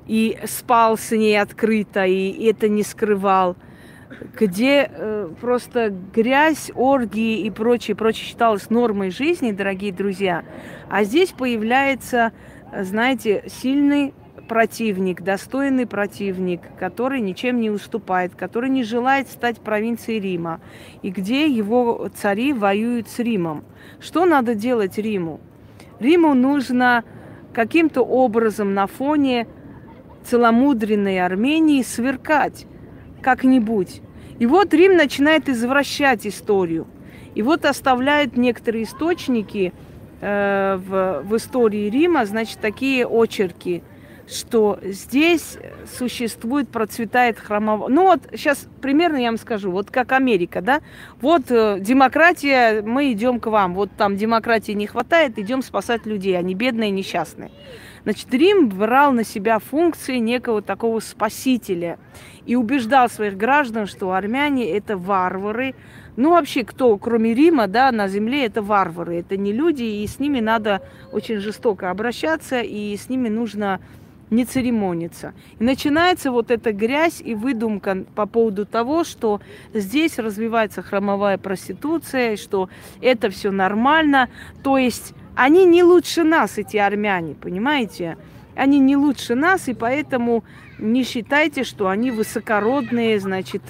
и спал с ней открыто, и это не скрывал, где э, просто грязь, оргии и прочее, прочее считалось нормой жизни, дорогие друзья. А здесь появляется, знаете, сильный противник, достойный противник, который ничем не уступает, который не желает стать провинцией Рима, и где его цари воюют с Римом. Что надо делать Риму? Риму нужно каким-то образом на фоне целомудренной Армении сверкать как-нибудь. И вот Рим начинает извращать историю. И вот оставляет некоторые источники э, в, в истории Рима, значит, такие очерки, что здесь существует, процветает храмовая... Ну вот сейчас примерно я вам скажу, вот как Америка, да? Вот э, демократия, мы идем к вам. Вот там демократии не хватает, идем спасать людей, они бедные, несчастные. Значит, Рим брал на себя функции некого такого спасителя и убеждал своих граждан, что армяне – это варвары. Ну, вообще, кто, кроме Рима, да, на земле – это варвары, это не люди, и с ними надо очень жестоко обращаться, и с ними нужно не церемониться. И начинается вот эта грязь и выдумка по поводу того, что здесь развивается храмовая проституция, что это все нормально, то есть... Они не лучше нас, эти армяне, понимаете? Они не лучше нас, и поэтому не считайте, что они высокородные, значит,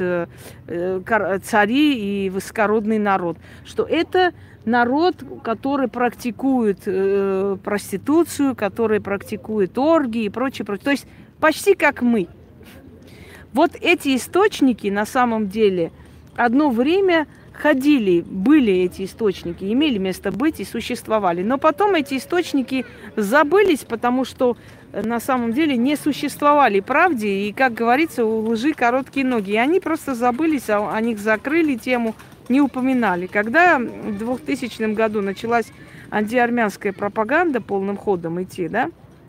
цари и высокородный народ. Что это народ, который практикует э, проституцию, который практикует оргии и прочее, прочее. То есть почти как мы. Вот эти источники на самом деле одно время... ходили, были эти источники, имели место быть и существовали. Но потом эти источники забылись, потому что на самом деле не существовали правде. И, как говорится, у лжи короткие ноги. И они просто забылись, о них закрыли тему, не упоминали. Когда в двухтысячном году началась антиармянская пропаганда полным ходом идти, да,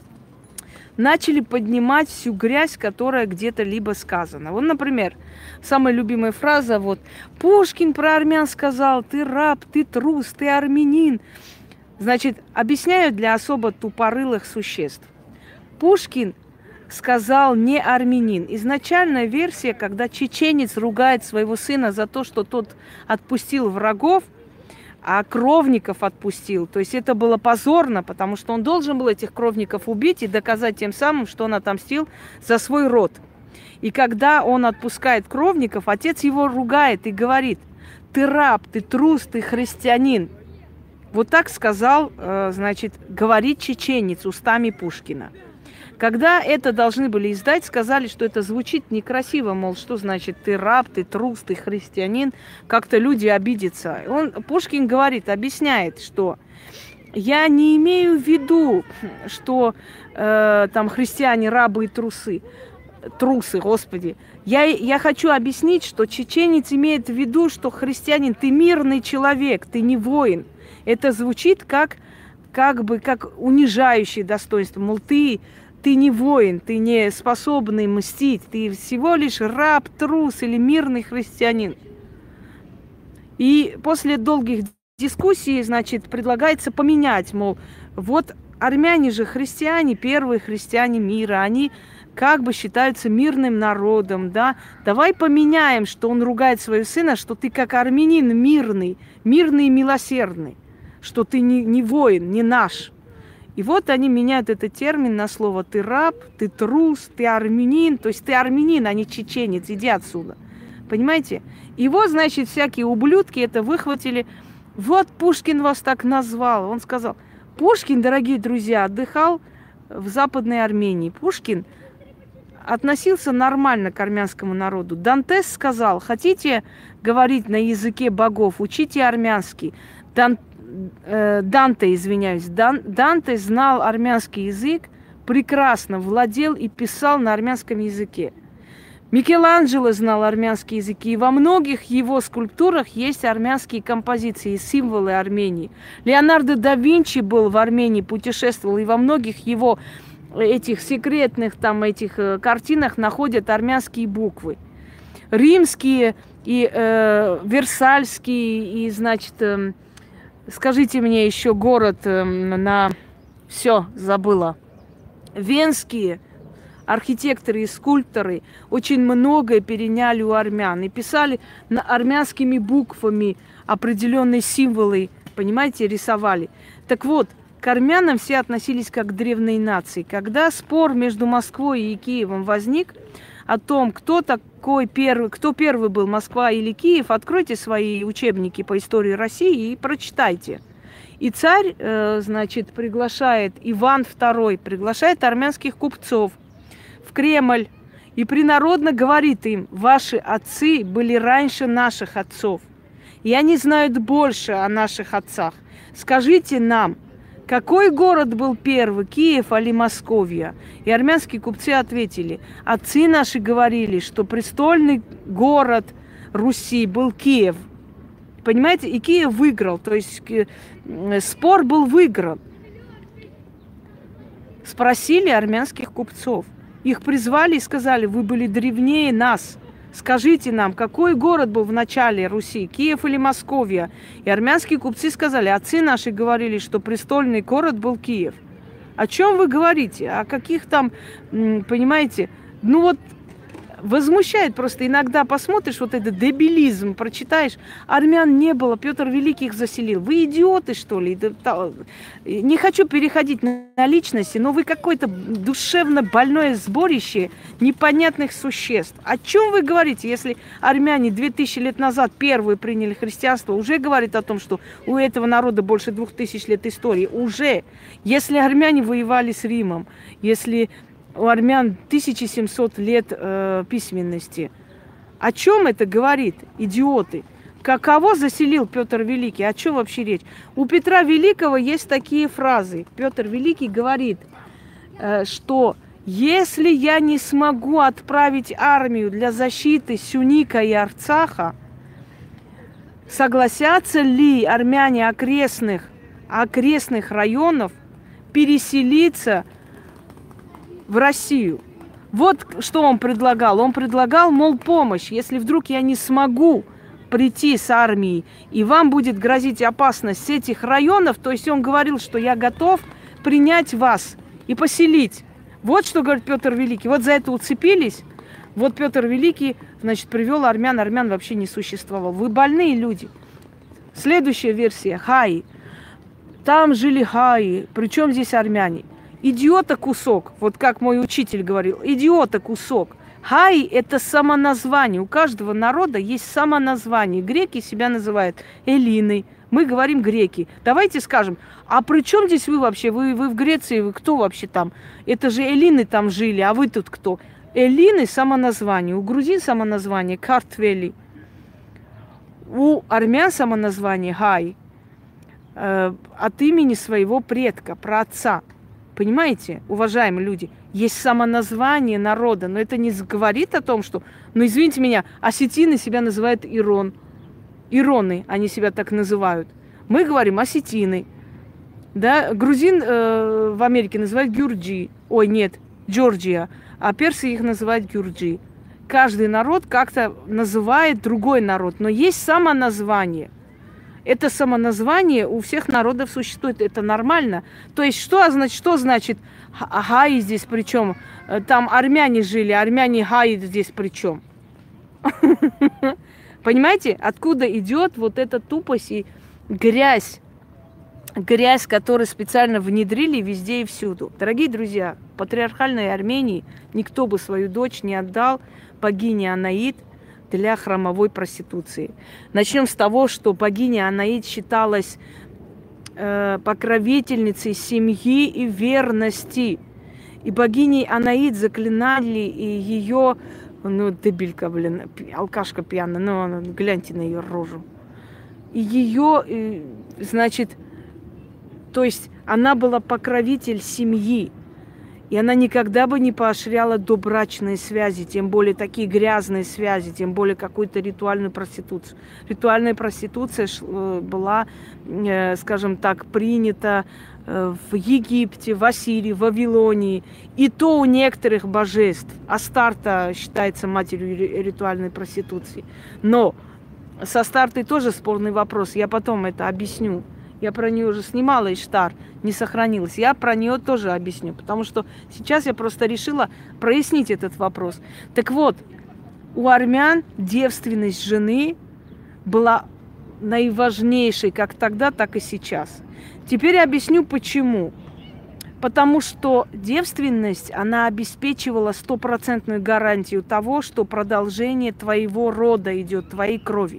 начали поднимать всю грязь, которая где-то либо сказана. Вот, например, самая любимая фраза, вот, Пушкин про армян сказал, ты раб, ты трус, ты армянин. Значит, объясняю для особо тупорылых существ. Пушкин сказал не армянин. Изначальная версия, когда чеченец ругает своего сына за то, что тот отпустил врагов, а кровников отпустил. То есть это было позорно, потому что он должен был этих кровников убить и доказать тем самым, что он отомстил за свой род. И когда он отпускает кровников, отец его ругает и говорит, ты раб, ты трус, ты христианин. Вот так сказал, значит, говорит чеченец устами Пушкина. Когда это должны были издать, сказали, что это звучит некрасиво, мол, что значит ты раб, ты трус, ты христианин, как-то люди обидятся. Он, Пушкин говорит, объясняет, что я не имею в виду, что э, там христиане рабы и трусы, трусы, господи. Я, я хочу объяснить, что чеченец имеет в виду, что христианин, ты мирный человек, ты не воин. Это звучит как, как бы как унижающее достоинство, мол, ты... Ты не воин, ты не способный мстить, ты всего лишь раб, трус или мирный христианин. И после долгих дискуссий, значит, предлагается поменять, мол, вот армяне же христиане, первые христиане мира, они как бы считаются мирным народом, да, давай поменяем, что он ругает своего сына, что ты как армянин мирный, мирный и милосердный, что ты не, не воин, не наш. И вот они меняют этот термин на слово «ты раб», «ты трус», «ты армянин». То есть ты армянин, а не чеченец, иди отсюда. Понимаете? И вот, значит, всякие ублюдки это выхватили. Вот Пушкин вас так назвал. Он сказал, Пушкин, дорогие друзья, отдыхал в Западной Армении. Пушкин относился нормально к армянскому народу. Дантес сказал, хотите говорить на языке богов, учите армянский. Дан... Данте, извиняюсь, Дан, Данте знал армянский язык, прекрасно владел и писал на армянском языке. Микеланджело знал армянский язык, и во многих его скульптурах есть армянские композиции, символы Армении. Леонардо да Винчи был в Армении, путешествовал, и во многих его этих секретных там этих картинах находят армянские буквы. Римские и э, Версальские, и, значит, э, скажите мне еще город э, на... Все, забыла. Венские, архитекторы и скульпторы очень многое переняли у армян и писали на армянскими буквами определенные символы, понимаете, рисовали. Так вот, к армянам все относились как к древней нации. Когда спор между Москвой и Киевом возник о том, кто такой первый, кто первый был, Москва или Киев, откройте свои учебники по истории России и прочитайте. И царь, э, значит, приглашает, Иван второй приглашает армянских купцов в Кремль и принародно говорит им: ваши отцы были раньше наших отцов, и они знают больше о наших отцах. Скажите нам, какой город был первый, Киев или Московия? И армянские купцы ответили: отцы наши говорили, что престольный город Руси был Киев. Понимаете, и Киев выиграл, то есть спор был выигран. Спросили армянских купцов. Их призвали и сказали: вы были древнее нас. Скажите нам, какой город был в начале Руси, Киев или Московия? И армянские купцы сказали: отцы наши говорили, что престольный город был Киев. О чем вы говорите? О каких там, понимаете, ну вот возмущает просто. Иногда посмотришь вот этот дебилизм, прочитаешь, армян не было, Петр Великий их заселил. Вы идиоты, что ли? Не хочу переходить на личности, но вы какое-то душевно больное сборище непонятных существ. О чем вы говорите, если армяне две тысячи лет назад первые приняли христианство, уже говорит о том, что у этого народа больше двух тысяч лет истории. Уже. Если армяне воевали с Римом, если у армян тысяча семьсот лет э, письменности. О чем это говорит, идиоты? Кого заселил Петр Великий? О чем вообще речь? У Петра Великого есть такие фразы. Петр Великий говорит, э, что если я не смогу отправить армию для защиты Сюника и Арцаха, согласятся ли армяне окрестных, окрестных районов переселиться в Россию? Вот что он предлагал. Он предлагал, мол, помощь. Если вдруг я не смогу прийти с армией, и вам будет грозить опасность с этих районов, то есть он говорил, что я готов принять вас и поселить. Вот что говорит Петр Великий. Вот за это уцепились. Вот Петр Великий, значит, привел армян. Армян вообще не существовало. Вы больные люди. Следующая версия. Хаи. Там жили хаи. Причем здесь армяне? Идиота кусок, вот как мой учитель говорил, идиота кусок. Хаи – это самоназвание. У каждого народа есть самоназвание. Греки себя называют эллиной. Мы говорим греки. Давайте скажем, а при чем здесь вы вообще? Вы, вы в Греции, вы кто вообще там? Это же эллины там жили, а вы тут кто? Эллины – самоназвание. У грузин самоназвание – картвели. У армян самоназвание – хай. Э, от имени своего предка, праотца. Понимаете, уважаемые люди, есть самоназвание народа, но это не говорит о том, что, ну извините меня, осетины себя называют Ирон. Ироны, они себя так называют. Мы говорим осетины. Да? Грузин э, в Америке называют гюрджи. Ой, нет, Джорджия. А персы их называют гюрджи. Каждый народ как-то называет другой народ, но есть самоназвание. Это самоназвание у всех народов существует, это нормально. То есть что значит, что значит хаи здесь при чем? Там армяне жили, армяне хаи здесь при чем? Понимаете, откуда идет вот эта тупость и грязь? Грязь, которую специально внедрили везде и всюду. Дорогие друзья, в патриархальной Армении никто бы свою дочь не отдал богине Анаид для храмовой проституции. Начнем с того, что богиня Анаид считалась э, покровительницей семьи и верности. И богиней Анаид заклинали и ее, ну, дебилька, блин, алкашка пьяная, ну, гляньте на ее рожу. И ее, э, значит, то есть она была покровитель семьи. И она никогда бы не поощряла добрачные связи, тем более такие грязные связи, тем более какую-то ритуальную проституцию. Ритуальная проституция была, скажем так, принята в Египте, в Ассирии, в Вавилонии. И то у некоторых божеств. Астарта считается матерью ритуальной проституции. Но с Астартой тоже спорный вопрос. Я потом это объясню. Я про нее уже снимала Иштар, не сохранилась. Я про нее тоже объясню, потому что сейчас я просто решила прояснить этот вопрос. Так вот, у армян девственность жены была наиважнейшей как тогда, так и сейчас. Теперь я объясню, почему. Потому что девственность, она обеспечивала стопроцентную гарантию того, что продолжение твоего рода идет, твоей крови.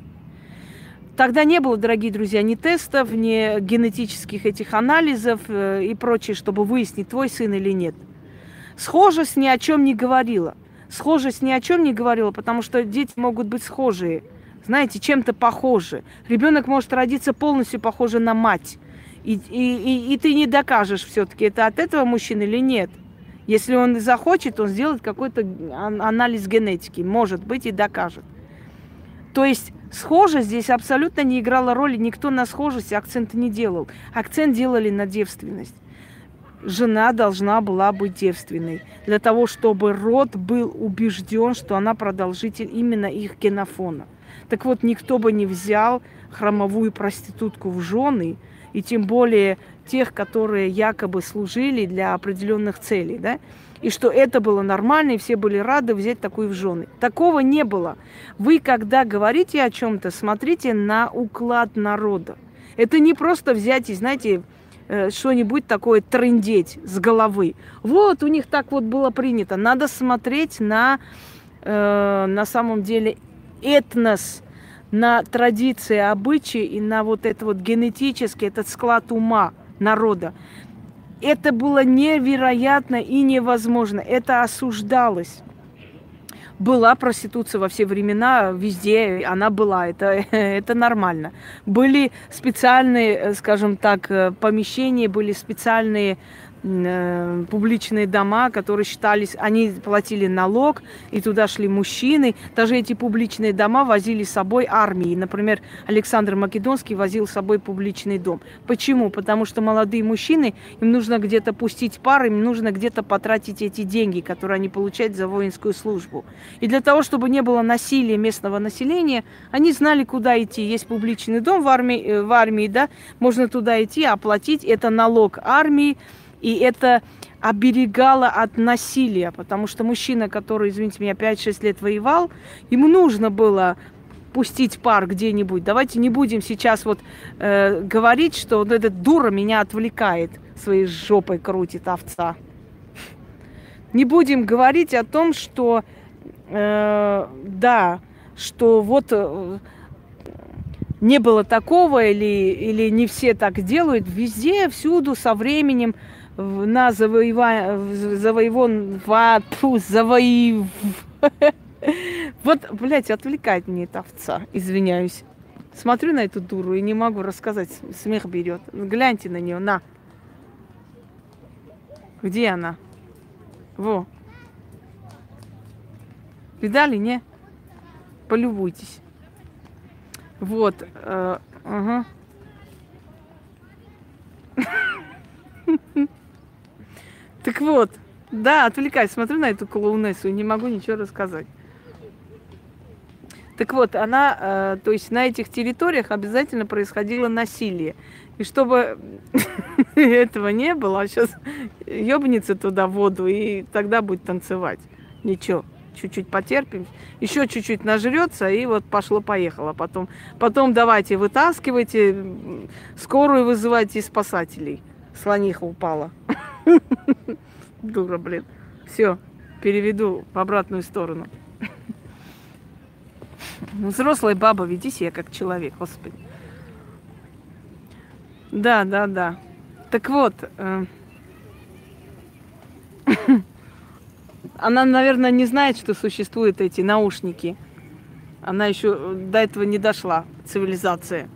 Тогда не было, дорогие друзья, ни тестов, ни генетических этих анализов э, и прочее, чтобы выяснить, твой сын или нет. Схожесть ни о чем не говорила. Схожесть ни о чем не говорила, потому что дети могут быть схожие, знаете, чем-то похожи. Ребенок может родиться полностью похожий на мать. И, и, и, и ты не докажешь все-таки, это от этого мужчины или нет. Если он захочет, он сделает какой-то анализ генетики. Может быть, и докажет. То есть схожесть здесь абсолютно не играла роли. Никто на схожесть акцента не делал. Акцент делали на девственность. Жена должна была быть девственной. Для того, чтобы род был убежден, что она продолжитель именно их генофона. Так вот, никто бы не взял храмовую проститутку в жены, и тем более тех, которые якобы служили для определенных целей, да, и что это было нормально, и все были рады взять такую в жены. Такого не было. Вы, когда говорите о чем-то, смотрите на уклад народа. Это не просто взять и, знаете, что-нибудь такое трындеть с головы. Вот у них так вот было принято. Надо смотреть на, э, на самом деле, этнос, на традиции, обычаи и на вот это вот генетический, этот склад ума народа. Это было невероятно и невозможно. Это осуждалось. Была проституция во все времена, везде она была, это, это нормально. Были специальные, скажем так, помещения, были специальные э, публичные дома, которые считались, они платили налог, и туда шли мужчины. Даже эти публичные дома возили с собой армии. Например, Александр Македонский возил с собой публичный дом. Почему? Потому что молодые мужчины, им нужно где-то пустить пар, им нужно где-то потратить эти деньги, которые они получают за воинскую службу. И для того, чтобы не было насилия местного населения, они знали, куда идти. Есть публичный дом в армии, в армии, да, можно туда идти, оплатить. Это налог армии, и это оберегало от насилия, потому что мужчина, который, извините меня, пять-шесть лет воевал, ему нужно было пустить пар где-нибудь. Давайте не будем сейчас вот э, говорить, что вот эта дура меня отвлекает, своей жопой крутит овца. Не будем говорить о том, что э, да, что вот э, не было такого или, или не все так делают. Везде, всюду, со временем на завоевание, завоеван, завоев... Вот, блядь, отвлекает мне эта овца, извиняюсь. Смотрю на эту дуру и не могу рассказать, смех берет. Гляньте на нее, на. Где она? Во. Видали, не? Полюбуйтесь. Вот. Э, ага. Так вот, да, отвлекаюсь, смотрю на эту клоунессу и не могу ничего рассказать. Так вот, она, э, то есть на этих территориях обязательно происходило насилие. И чтобы этого не было, сейчас ёбнется туда в воду и тогда будет танцевать. Ничего, чуть-чуть потерпим, еще чуть-чуть нажрется и вот пошло-поехало. Потом, потом давайте вытаскивайте, скорую вызывайте спасателей. Слониха упала. Дура, блин. Все, переведу в обратную сторону. Ну, взрослая баба, веди себя как человек, господи. Да, да, да. Так вот, э... она, наверное, не знает, что существуют эти наушники. Она еще до этого не дошла, цивилизация.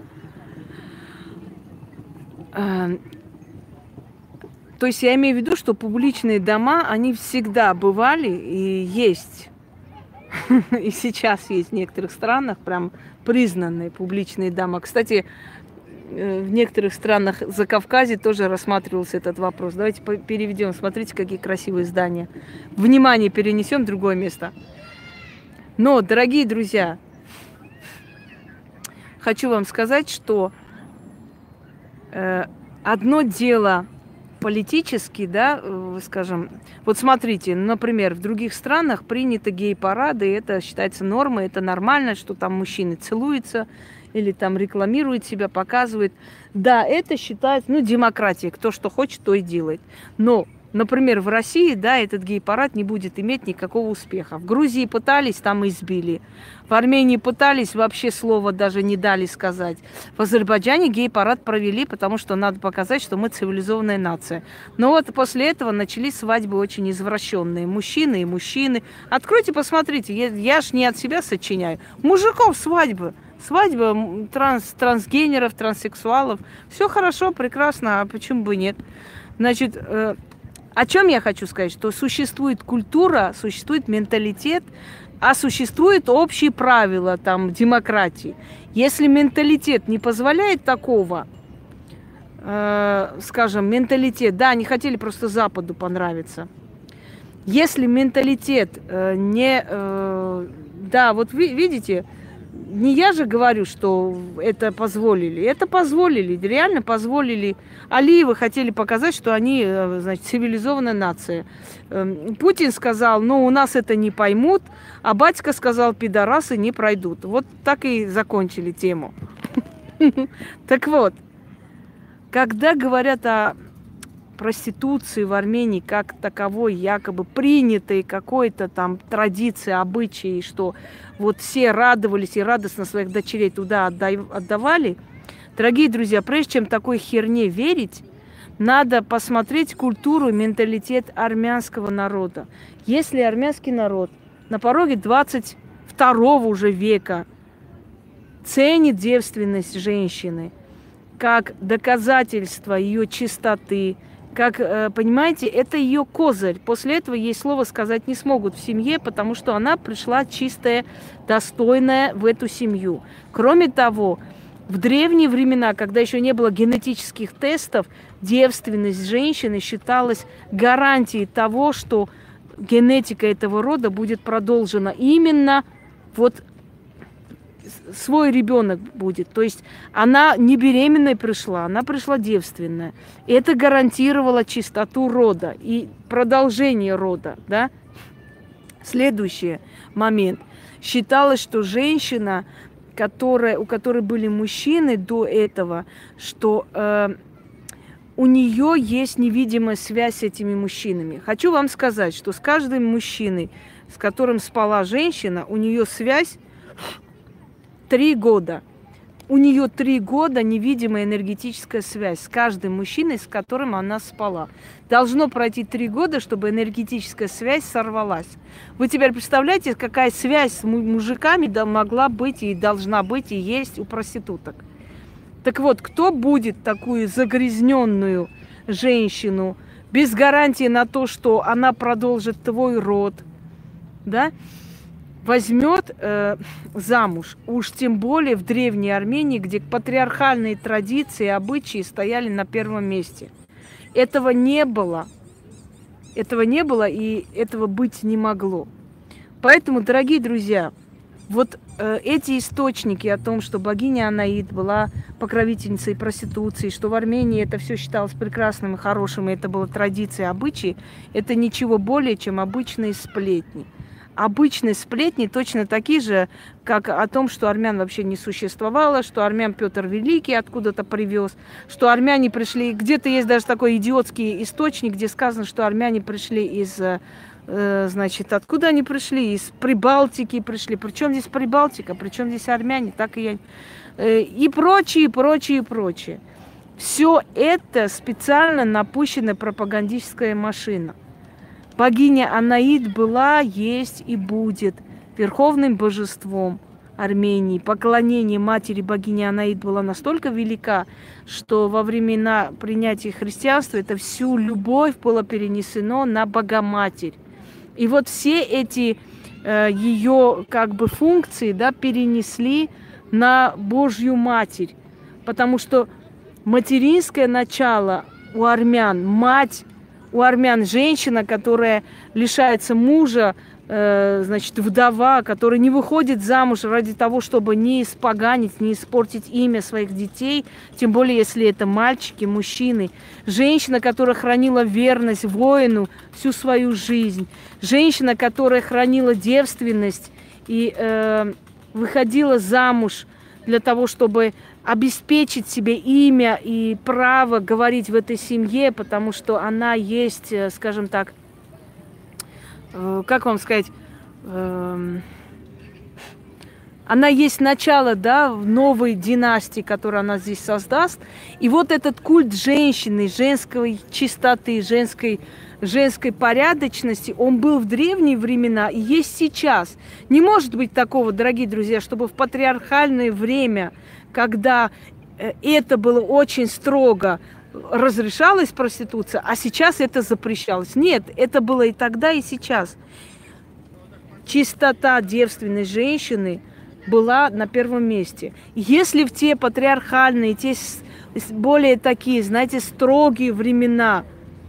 Э... То есть я имею в виду, что публичные дома, они всегда бывали и есть. И сейчас есть в некоторых странах прям признанные публичные дома. Кстати, в некоторых странах Закавказья тоже рассматривался этот вопрос. Давайте переведем. Смотрите, какие красивые здания. Внимание, перенесем в другое место. Но, дорогие друзья, хочу вам сказать, что э, одно дело политически, да, э, скажем, вот смотрите, например, в других странах приняты гей-парады, и это считается нормой, это нормально, что там мужчины целуются или там рекламируют себя, показывают. Да, это считается, ну, демократия, кто что хочет, то и делает. Но, например, в России, да, этот гей-парад не будет иметь никакого успеха. В Грузии пытались, там избили. В Армении пытались, вообще слова даже не дали сказать. В Азербайджане гей-парад провели, потому что надо показать, что мы цивилизованная нация. Но вот после этого начались свадьбы очень извращенные. Мужчины и мужчины. Откройте, посмотрите, я, я ж не от себя сочиняю. Мужиков свадьбы. Свадьба транс, трансгенеров, транссексуалов. Все хорошо, прекрасно, а почему бы нет? Значит, э, о чем я хочу сказать? Что существует культура, существует менталитет, а существуют общие правила там, демократии. Если менталитет не позволяет такого, э, скажем, менталитет, да, они хотели просто Западу понравиться. Если менталитет э, не... Э, да, вот вы видите... Не я же говорю, что это позволили. Это позволили, реально позволили. Алиевы хотели показать, что они, значит, цивилизованная нация. Путин сказал, ну, у нас это не поймут, а батька сказал, пидорасы не пройдут. Вот так и закончили тему. Так вот, когда говорят о проституции в Армении как таковой, якобы принятой какой-то там традиции, обычаи, что вот все радовались и радостно своих дочерей туда отдавали. Дорогие друзья, прежде чем такой херне верить, надо посмотреть культуру, менталитет армянского народа. Если армянский народ на пороге двадцать второго уже века ценит девственность женщины как доказательство ее чистоты, как, понимаете, это ее козырь. После этого ей слова сказать не смогут в семье, потому что она пришла чистая, достойная в эту семью. Кроме того, в древние времена, когда еще не было генетических тестов, девственность женщины считалась гарантией того, что генетика этого рода будет продолжена. Именно вот свой ребенок будет. То есть она не беременной пришла, она пришла девственная. Это гарантировало чистоту рода и продолжение рода. Да? Следующий момент. Считалось, что женщина, которая, у которой были мужчины до этого, что э, у нее есть невидимая связь с этими мужчинами. Хочу вам сказать, что с каждым мужчиной, с которым спала женщина, у нее связь Три года. У нее три года невидимая энергетическая связь с каждым мужчиной, с которым она спала. Должно пройти три года, чтобы энергетическая связь сорвалась. Вы теперь представляете, какая связь с мужиками могла быть и должна быть и есть у проституток. Так вот, кто будет такую загрязненную женщину без гарантии на то, что она продолжит твой род, да? возьмет э, замуж, уж тем более в Древней Армении, где патриархальные традиции и обычаи стояли на первом месте. Этого не было. Этого не было и этого быть не могло. Поэтому, дорогие друзья, вот э, эти источники о том, что богиня Анаид была покровительницей проституции, что в Армении это все считалось прекрасным и хорошим, и это была традиция, обычаи, это ничего более, чем обычные сплетни. Обычные сплетни точно такие же, как о том, что армян вообще не существовало, что армян Петр Великий откуда-то привез, что армяне пришли... Где-то есть даже такой идиотский источник, где сказано, что армяне пришли из... Э, значит, откуда они пришли? Из Прибалтики пришли. Причем здесь Прибалтика, причем здесь армяне, так и я... Э, и прочее, прочее, прочее. Все это специально напущенная пропагандистская машина. Богиня Анаид была, есть и будет верховным божеством Армении. Поклонение матери богини Анаид было настолько велика, что во времена принятия христианства это всю любовь было перенесено на Богоматерь. И вот все эти э, ее как бы функции, да, перенесли на Божью Матерь. Потому что материнское начало у армян, мать, у армян женщина, которая лишается мужа, э, значит, вдова, которая не выходит замуж ради того, чтобы не испоганить, не испортить имя своих детей, тем более, если это мальчики, мужчины. Женщина, которая хранила верность воину всю свою жизнь. Женщина, которая хранила девственность и э, выходила замуж для того, чтобы обеспечить себе имя и право говорить в этой семье, потому что она есть, скажем так, э, как вам сказать, э, она есть начало, да, новой династии, которую она здесь создаст. И вот этот культ женщины, женской чистоты, женской, женской порядочности, он был в древние времена и есть сейчас. Не может быть такого, дорогие друзья, чтобы в патриархальное время, когда это было очень строго, разрешалась проституция, а сейчас это запрещалось. Нет, это было и тогда, и сейчас. Чистота девственной женщины была на первом месте. Если в те патриархальные, те более такие, знаете, строгие времена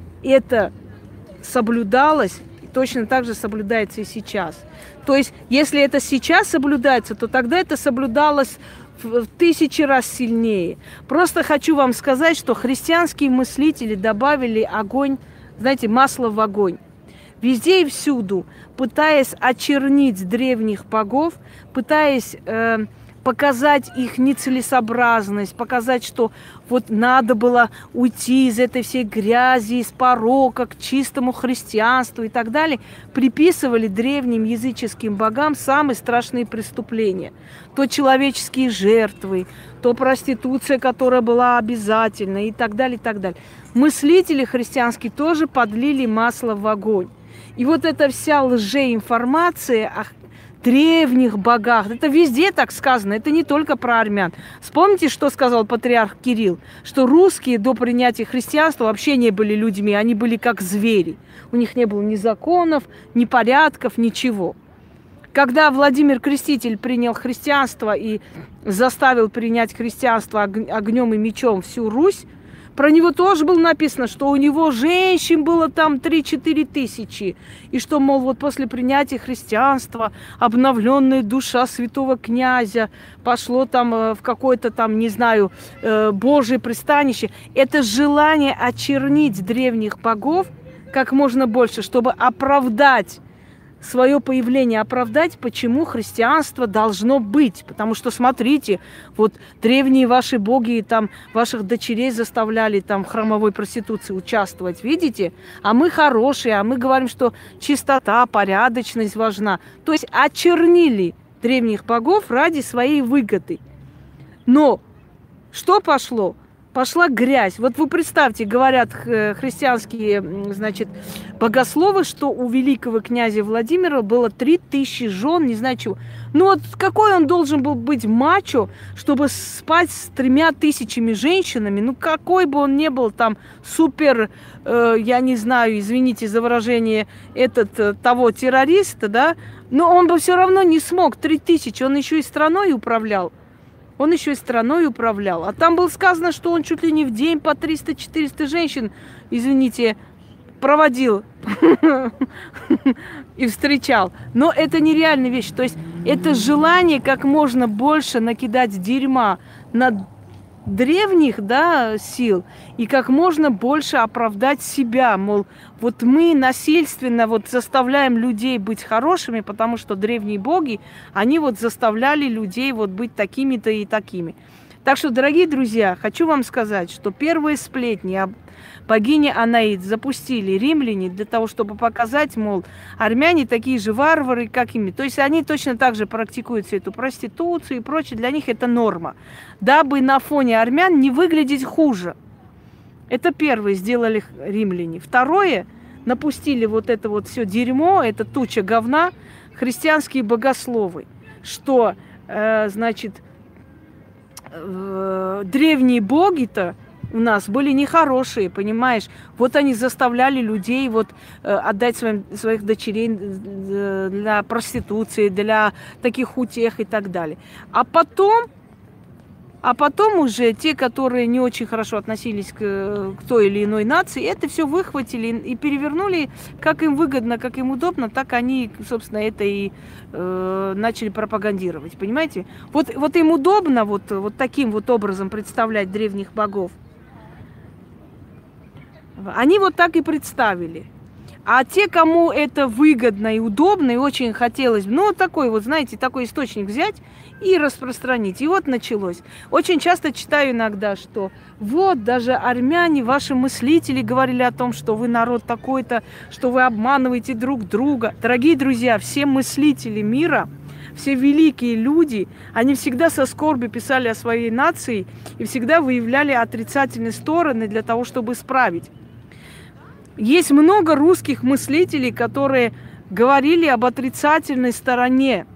это соблюдалось, точно так же соблюдается и сейчас. То есть, если это сейчас соблюдается, то тогда это соблюдалось в тысячи раз сильнее. Просто хочу вам сказать, что христианские мыслители добавили огонь, знаете, масло в огонь. Везде и всюду, пытаясь очернить древних богов, пытаясь э, показать их нецелесообразность, показать, что вот надо было уйти из этой всей грязи, из порока к чистому христианству и так далее, приписывали древним языческим богам самые страшные преступления. То человеческие жертвы, то проституция, которая была обязательна и так далее, и так далее. Мыслители христианские тоже подлили масло в огонь. И вот эта вся лжеинформация о древних богах, это везде так сказано, это не только про армян. Вспомните, что сказал патриарх Кирилл, что русские до принятия христианства вообще не были людьми, они были как звери. У них не было ни законов, ни порядков, ничего. Когда Владимир Креститель принял христианство и заставил принять христианство огнем и мечом всю Русь, про него тоже было написано, что у него женщин было там три-четыре тысячи. И что, мол, вот после принятия христианства обновленная душа святого князя пошло там в какое-то там, не знаю, Божие пристанище. Это желание очернить древних богов как можно больше, чтобы оправдать свое появление, оправдать, почему христианство должно быть. Потому что, смотрите, вот древние ваши боги, там, ваших дочерей заставляли там в храмовой проституции участвовать, видите? А мы хорошие, а мы говорим, что чистота, порядочность важна. То есть очернили древних богов ради своей выгоды. Но что пошло? Пошла грязь. Вот вы представьте, говорят христианские, значит, богословы, что у великого князя Владимира было три тысячи жен, не знаю чего. Ну вот какой он должен был быть мачо, чтобы спать с тремя тысячами женщинами? Ну какой бы он ни был там супер, э, я не знаю, извините за выражение, этот, э, того террориста, да, но он бы все равно не смог. Три тысячи, он еще и страной управлял. Он еще и страной управлял. А там было сказано, что он чуть ли не в день по триста-четыреста женщин, извините, проводил и встречал. Но это нереальная вещь. То есть это желание как можно больше накидать дерьма на древних, да, сил и как можно больше оправдать себя. Мол, вот мы насильственно вот заставляем людей быть хорошими, потому что древние боги, они вот заставляли людей вот быть такими-то и такими. Так что, дорогие друзья, хочу вам сказать, что первые сплетни об богине Анаид запустили римляне для того, чтобы показать, мол, армяне такие же варвары, как ими. То есть они точно так же практикуют всю эту проституцию и прочее. Для них это норма. Дабы на фоне армян не выглядеть хуже. Это первое сделали римляне. Второе, напустили вот это вот все дерьмо, это туча говна, христианские богословы, что, э, значит, э, древние боги-то у нас были нехорошие, понимаешь? Вот они заставляли людей вот э, отдать своим, своих дочерей для проституции, для таких утех и так далее. А потом А потом уже те, которые не очень хорошо относились к, к той или иной нации, это все выхватили и перевернули, как им выгодно, как им удобно, так они, собственно, это и э, начали пропагандировать. Понимаете? Вот, вот им удобно вот, вот таким вот образом представлять древних богов. Они вот так и представили. А те, кому это выгодно и удобно, и очень хотелось, ну, такой вот, знаете, такой источник взять и распространить. И вот началось. Очень часто читаю иногда, что вот даже армяне, ваши мыслители говорили о том, что вы народ такой-то, что вы обманываете друг друга. Дорогие друзья, все мыслители мира, все великие люди, они всегда со скорбью писали о своей нации и всегда выявляли отрицательные стороны для того, чтобы исправить. Есть много русских мыслителей, которые говорили об отрицательной стороне.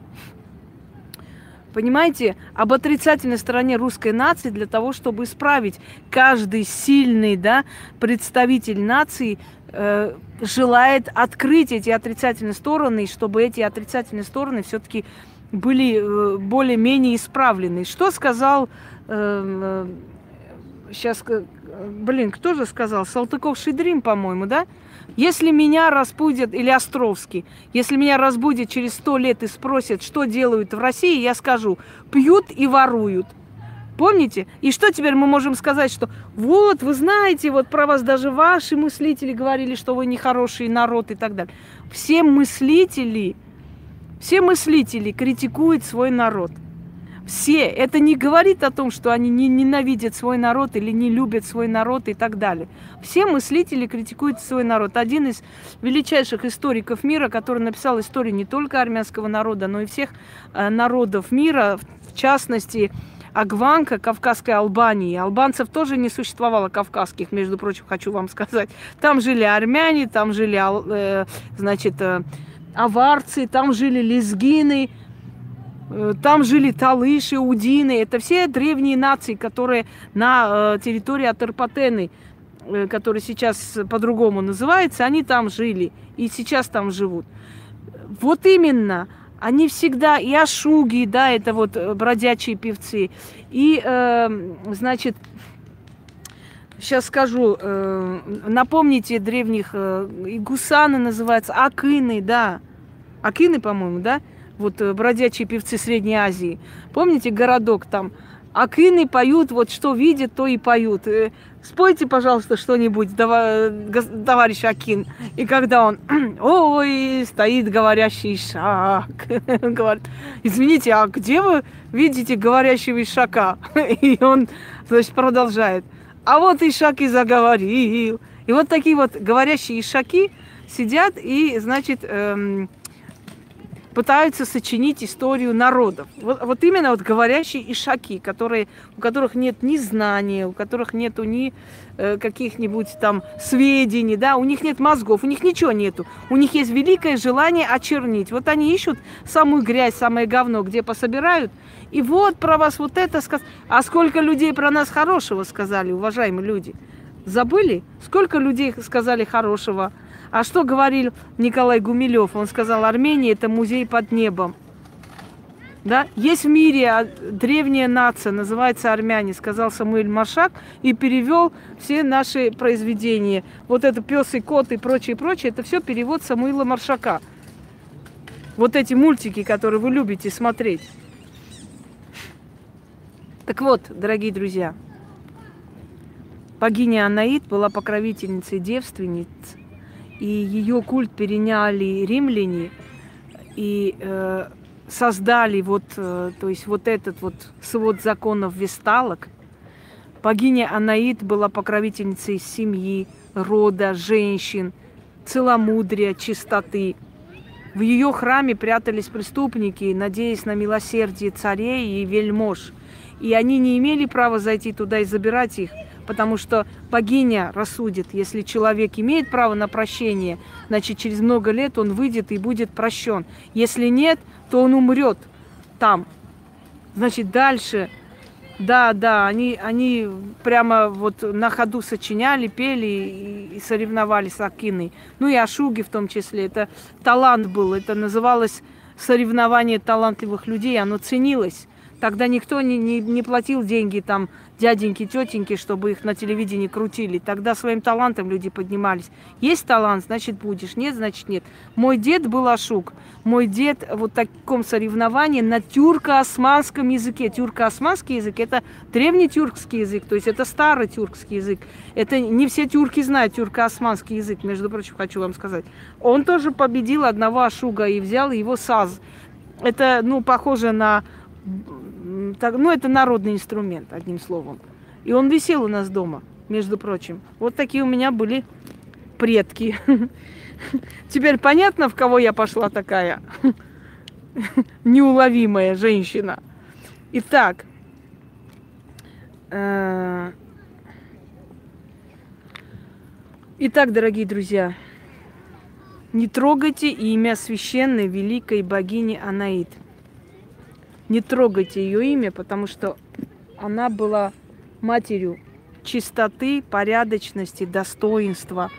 Понимаете, об отрицательной стороне русской нации для того, чтобы исправить. Каждый сильный, да, представитель нации э, желает открыть эти отрицательные стороны, чтобы эти отрицательные стороны все-таки были э, более-менее исправлены. Что сказал... Э, э, сейчас... Блин, кто же сказал? Салтыков-Щедрин, по-моему, да? Если меня разбудят, или Островский, если меня разбудят через сто лет и спросят, что делают в России, я скажу, пьют и воруют. Помните? И что теперь мы можем сказать, что вот, вы знаете, вот про вас даже ваши мыслители говорили, что вы нехороший народ и так далее. Все мыслители, все мыслители критикуют свой народ. Все. Это не говорит о том, что они не ненавидят свой народ или не любят свой народ и так далее. Все мыслители критикуют свой народ. Один из величайших историков мира, который написал историю не только армянского народа, но и всех э, народов мира, в частности, Агванка, Кавказской Албании. Албанцев тоже не существовало, кавказских, между прочим, хочу вам сказать. Там жили армяне, там жили, э, значит, э, аварцы, там жили лезгины, там жили талыши, удины. Это все древние нации, которые на э, территории Атерпатены, э, который сейчас по-другому называется, они там жили и сейчас там живут. Вот именно. Они всегда, и ашуги, да, это вот бродячие певцы, и, э, значит, сейчас скажу, э, напомните древних, э, и гусаны называются, акины, да, акины, по-моему, да, вот бродячие певцы Средней Азии. Помните городок там? Акины поют, вот что видят, то и поют. Спойте, пожалуйста, что-нибудь, товарищ Акин. И когда он, ой, стоит говорящий ишак, говорит, извините, а где вы видите говорящего ишака? И он, значит, продолжает. А вот ишак и заговорил. И вот такие вот говорящие ишаки сидят и, значит, эм, пытаются сочинить историю народов. Вот, вот именно вот говорящие ишаки, которые, у которых нет ни знания, у которых нету ни э, каких-нибудь там сведений, да, у них нет мозгов, у них ничего нету. У них есть великое желание очернить. Вот они ищут самую грязь, самое говно, где пособирают. И вот про вас вот это сказали. А сколько людей про нас хорошего сказали, уважаемые люди? Забыли? Сколько людей сказали хорошего? А что говорил Николай Гумилев? Он сказал, Армения – это музей под небом. Да? Есть в мире древняя нация, называется армяне, сказал Самуэль Маршак, и перевел все наши произведения. Вот это «Пес и кот» и прочее, прочее, это все перевод Самуила Маршака. Вот эти мультики, которые вы любите смотреть. Так вот, дорогие друзья, богиня Анаит была покровительницей девственниц, и ее культ переняли римляне и э, создали вот, э, то есть вот этот вот свод законов весталок. Богиня Анаит была покровительницей семьи, рода, женщин, целомудрия, чистоты. В ее храме прятались преступники, надеясь на милосердие царей и вельмож. И они не имели права зайти туда и забирать их, потому что богиня рассудит, если человек имеет право на прощение, значит, через много лет он выйдет и будет прощен. Если нет, то он умрет там. Значит, дальше, да, да, они, они прямо вот на ходу сочиняли, пели и, и соревновались с Акиной. Ну и ашуги в том числе. Это талант был, это называлось соревнование талантливых людей, оно ценилось. Тогда никто не, не, не платил деньги там дяденьки, тетеньки, чтобы их на телевидении крутили. Тогда своим талантом люди поднимались. Есть талант, значит будешь. Нет, значит нет. Мой дед был ашук. Мой дед вот в таком соревновании на тюрко-османском языке. Тюрко-османский язык – это древний тюркский язык, то есть это старый тюркский язык. Это не все тюрки знают тюрко-османский язык, между прочим, хочу вам сказать. Он тоже победил одного ашуга и взял его саз. Это, ну, похоже на... Так, ну, это народный инструмент, одним словом. И он висел у нас дома, между прочим. Вот такие у меня были предки. Теперь понятно, в кого я пошла такая неуловимая женщина. Итак, э... итак, дорогие друзья, не трогайте имя священной великой богини Анаит. Не трогайте ее имя, потому что она была матерью чистоты, порядочности, достоинства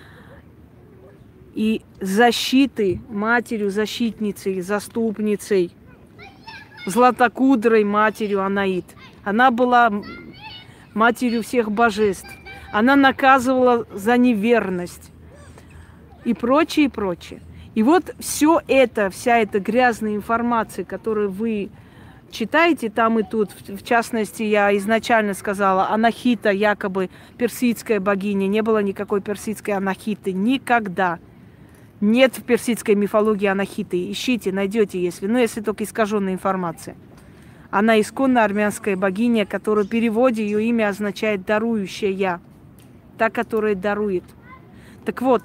и защиты, матерью, защитницей, заступницей, златокудрой матерью Анаит. Она была матерью всех божеств. Она наказывала за неверность и прочее, и прочее. И вот все это, вся эта грязная информация, которую вы читаете там и тут, в частности, я изначально сказала, Анахита, якобы персидская богиня, не было никакой персидской Анахиты, никогда. Нет в персидской мифологии Анахиты. Ищите, найдете, если, ну, если только искаженная информация. Она исконно армянская богиня, которая в переводе ее имя означает «дарующая», та, которая дарует. Так вот,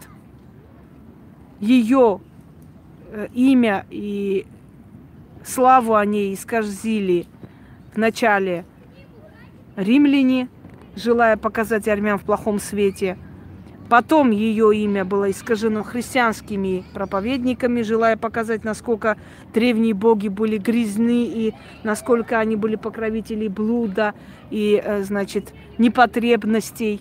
ее э, имя и славу о ней исказили вначале римляне, желая показать армян в плохом свете. Потом ее имя было искажено христианскими проповедниками, желая показать, насколько древние боги были грязны и насколько они были покровители блуда и, э, значит, непотребностей.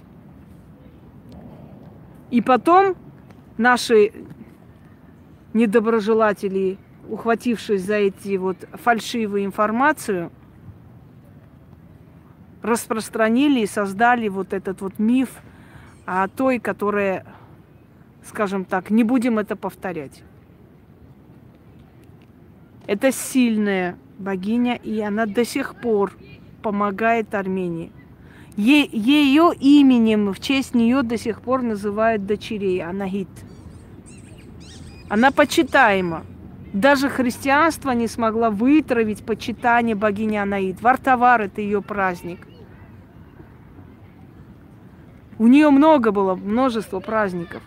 И потом наши недоброжелатели, ухватившись за эти вот фальшивую информацию, распространили и создали вот этот вот миф о той, которая, скажем так, не будем это повторять. Это сильная богиня, и она до сих пор помогает Армении. Е- ее именем, в честь нее до сих пор называют дочерей Анахит. Она почитаема. Даже христианство не смогло вытравить почитание богини Анаит. Вартавар – это ее праздник. У нее много было, множество праздников.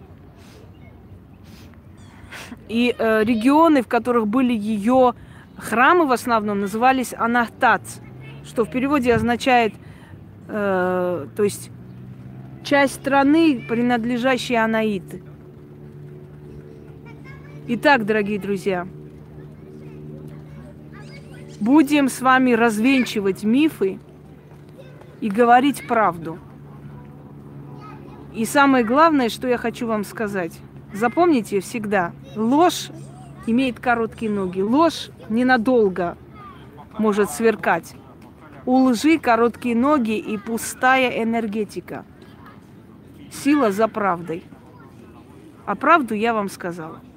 И э, регионы, в которых были ее храмы в основном, назывались Анахтац, что в переводе означает, э, то есть часть страны, принадлежащей Анаит. Итак, дорогие друзья, будем с вами развенчивать мифы и говорить правду. И самое главное, что я хочу вам сказать. Запомните всегда, ложь имеет короткие ноги. Ложь ненадолго может сверкать. У лжи короткие ноги и пустая энергетика. Сила за правдой. А правду я вам сказала.